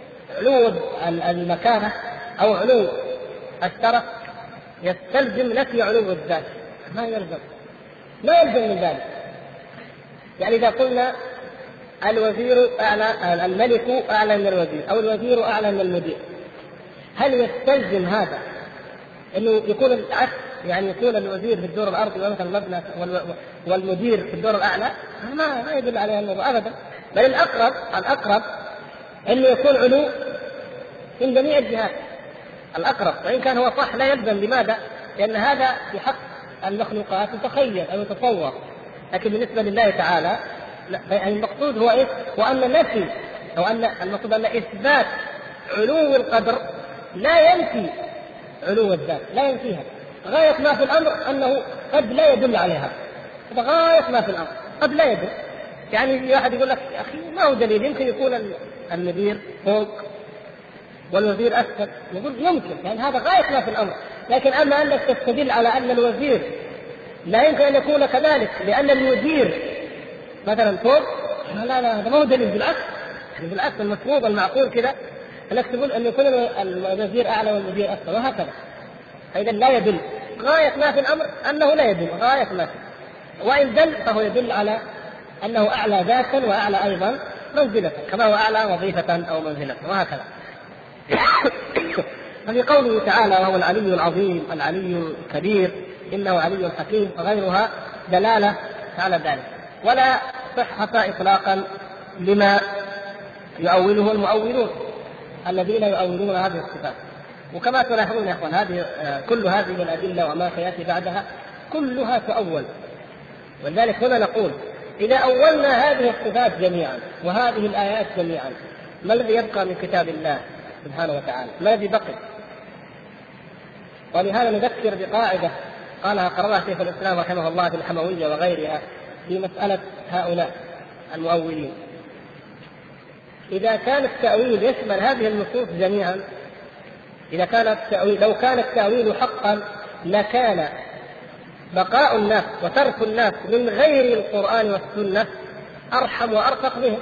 المكانة أو علو الشرف يستلزم نفي علو الذات، ما يلزم من ذلك. يعني إذا قلنا الوزير أعلى، الملك أعلى من الوزير، أو الوزير أعلى من المدير، هل يستلزم هذا إنه يكون العكس؟ يعني يكون الوزير في الدور الأرضي ومثل المبنى والمدير في الدور الأعلى؟ ما يدل على أنه أبدا، بل الأقرب إنه يكون علو من جميع الجهات، الأقرب، وإن كان هو صح لا يلزم. لماذا؟ لأن هذا في حق المخلوقات يتخيل أو يتصور، لكن بالنسبة لله تعالى المقصود هو إيه؟ وأن نفي أو أن المقصود أن إثبات علو القدر لا ينفي علو الذات، لا ينفيها. غاية ما في الأمر أنه قد لا يدل عليها، غاية ما في الأمر قد لا يدل. يعني واحد يقول لك يا أخي ما هو دليل، يمكن يكون المدير فوق والوزير أسفل، يقول يمكن، يعني هذا غاية ما في الأمر. لكن أما أنك تستدل على أن الوزير لا يمكن أن يكون كذلك لأن المدير مثلا فوق، لا هذا ما هو دليل. بالعكس المفروض المعقول كذا انك تقول ان يكون الوزير اعلى والمدير اسفل وهكذا. فاذا لا يدل، غايه ما في الامر انه لا يدل، غايه ما في، وان دل فهو يدل على انه اعلى ذاتا واعلى ايضا منزله، كما هو اعلى وظيفه او منزله وهكذا. ففي قوله تعالى وهو العلي العظيم العلي الكبير انه علي حكيم وغيرها دلاله على ذلك، ولا صحة إطلاقا لما يؤوله المؤولون الذين يؤولون هذه الصفات. وكما تلاحظون يا أخوان كل هذه الأدلة وما سيأتي بعدها كلها تؤول. ولذلك هنا نقول إذا أولنا هذه الصفات جميعا وهذه الآيات جميعا ما الذي يبقى من كتاب الله سبحانه وتعالى؟ ما الذي بقي؟ ولهذا نذكر بقاعدة قالها قررها شيخ الإسلام رحمه الله في الحموية وغيرها في مسألة هؤلاء المؤولين. إذا كان التأويل يشمل هذه النصوص جميعا، لو كان التأويل حقا لكان بقاء الناس وترك الناس من غير القرآن والسنة أرحم وأرفق بهم.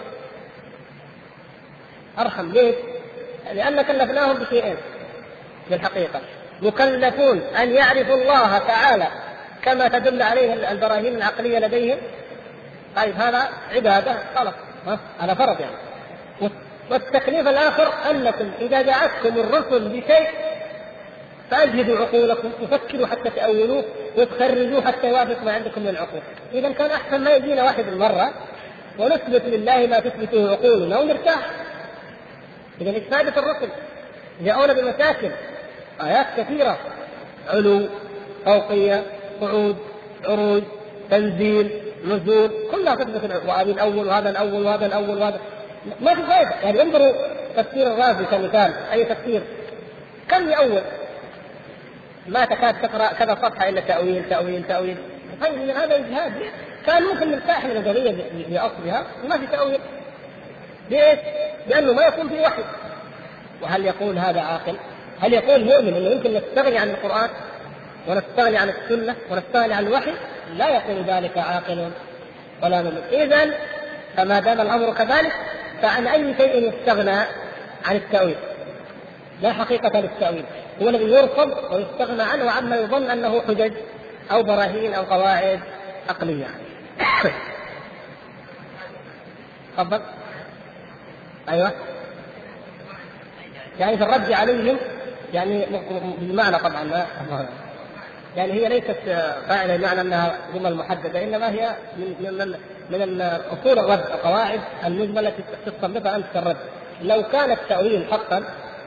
أرحم ليه؟ لأن كلفناهم بشيئين في الحقيقة، مكلفون أن يعرفوا الله تعالى كما تدل عليه البراهين العقلية لديهم. طيب هذا عبادة خلاص، هذا فرض يعني. والتكليف الآخر أنكم إذا جاءتكم الرسل بشيء فأجهدوا عقولكم وفكروا حتى تأولوه وتخرجوه حتى يوافق ما عندكم من العقول. إذا كان أحسن ما يجينا واحد المرة ونثبت لله ما تثبته عقولنا ونرتاح. إذا إفادة الرسل جاءونا بمشاكل، آيات كثيرة، علو، فوقية، صعود، عروج، تنزيل، نزول، كلها تثبت وهذا الأول وهذا الأول وهذا الأول وهذا، ما في فائدة. يعني انظروا تفسير الرازي كمثال، أي تفسير كم يأول؟ ما تكاد تقرأ كذا صفحة إلا تأويل تأويل تأويل. طيب هذا إجهاد. كان ممكن نرتاح من النظرية بأصلها وما في تأويل. ليش؟ لأنه ما يكون في وحي. وهل يقول هذا عاقل؟ هل يقول مؤمن أنه يمكن نستغني عن القرآن ونستغني عن السنة ونستغني عن الوحي؟ لا يقول ذلك عاقل ولا مؤمن. إذن فما دام الأمر كذلك فعن أي شيء يستغنى عن التأويل؟ لا حقيقة للتأويل، هو الذي يرفض ويستغنى عنه وعما يظن أنه حجج أو براهين أو قواعد عقلية. تفضل. أيوة. يعني في الرد عليهم يعني بالمعنى طبعا لا يعني هي ليست قاعدة بمعنى أنها جمل محددة، إنما هي من الأصول الرد، القواعد المجملة التي تستنبطها أنت في الرد. لو كان التأويل حقا،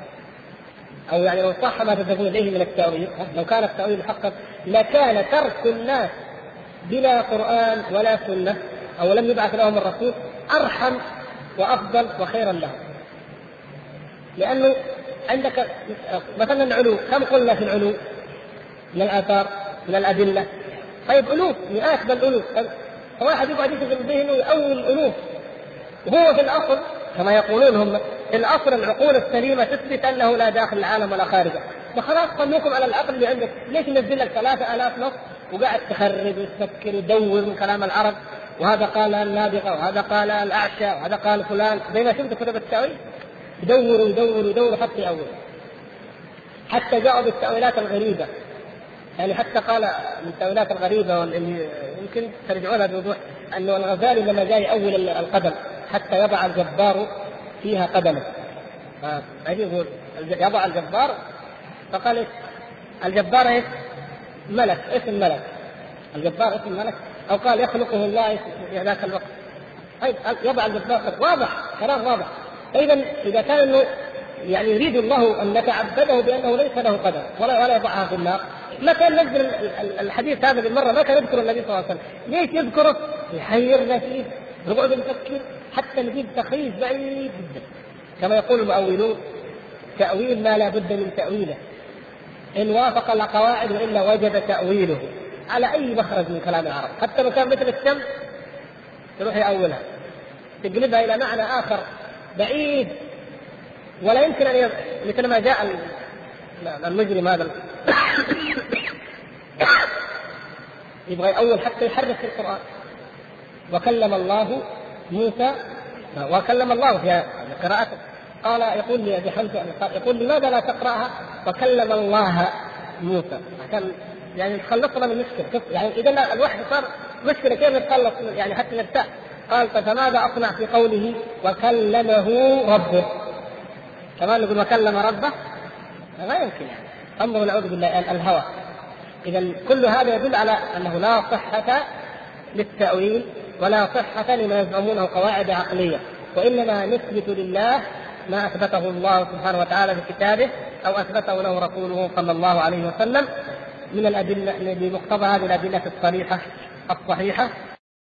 أو يعني لو صح ما تذهبون إليه من التأويل، لو كان التأويل حقا لكان ترك الناس بلا قرآن ولا سنة أو لم يبعث لهم الرسول أرحم وأفضل وخيرا لهم. لأنه عندك مثلا العلو، كم قلنا في العلو من الآثار من الأدلة؟ طيب ألوف، مئات بل ألوف. واحد يقعد يشغل ذهنه يأول الألوف، وهو في الأصل كما يقولون هم في الأصل العقول السليمة تثبت أنه لا داخل العالم ولا خارجه. فخلاص قموكم على العقل اللي عندك، ليش ننزل لك 3000 نص وقاعد تخرج وتفكر ودور من كلام العرب، وهذا قال النابغة وهذا قال الأعشى وهذا قال فلان، زي ما شفت كتب التأويل يدوروا يدوروا يدوروا حتى يأول. حتى جاءوا بالتأويلات الغريبة، يعني حتى قال من التأويلات الغريبة واللي يمكن ترجعونها بوضوح أنه الغزالي لما جاء يأول القدم حتى يضع الجبار فيها قدمه، يقول يضع الجبار، فقال إيش الجبار؟ إيش ملك، اسم ملك الجبار، اسم ملك، أو قال يخلقه الله في ذاك الوقت. طيب يضع الجبار، واضح كلام واضح. إذا كان إنه يعني يريد الله أن نتعبده بأنه ليس له قدم ولا يضعها في النار، ما كان نزل الحديث هذا بالمرة، ما كان يذكر النبي صلى الله عليه وسلم. ليش يذكره؟ يحيرنا فيه، نقعد نفكر حتى نجيب تخريج بعيد جدا. كما يقول المؤولون تأويل ما لا بد من تأويله، إن وافق القواعد وإلا وجد تأويله على أي مخرج من كلام العرب. حتى لو كان مثل الشمس تروح يأولها تقلبها إلى معنى آخر بعيد، ولا يمكن أن مثل ما جاء المجرم هذا يبغى يأول حتى يحرف في القرآن. وكلم الله موسى، وكلم الله في قراءته، قال يقول لي أبي حمزة يقول لماذا لا تقرأها وكلم الله موسى، عشان يعني تخلصنا من مشكلة. يعني إذا الوحي صار مشكلة كيف نتخلص يعني حتى نرتاح؟ قال فماذا أصنع في قوله وكلمه ربه؟ كمان نقول وكلم ربه، لا يمكن. يعني انظروا نعوذ بالله الهوى. إذا كل هذا يدل على أنه لا صحة للتأويل ولا صحة لما يزعمونه قواعد عقلية، وإنما نثبت لله ما أثبته الله سبحانه وتعالى في كتابه أو أثبته له رسوله صلى الله عليه وسلم من الأدلة بمقتضى هذه الأدلة الصريحة الصحيحة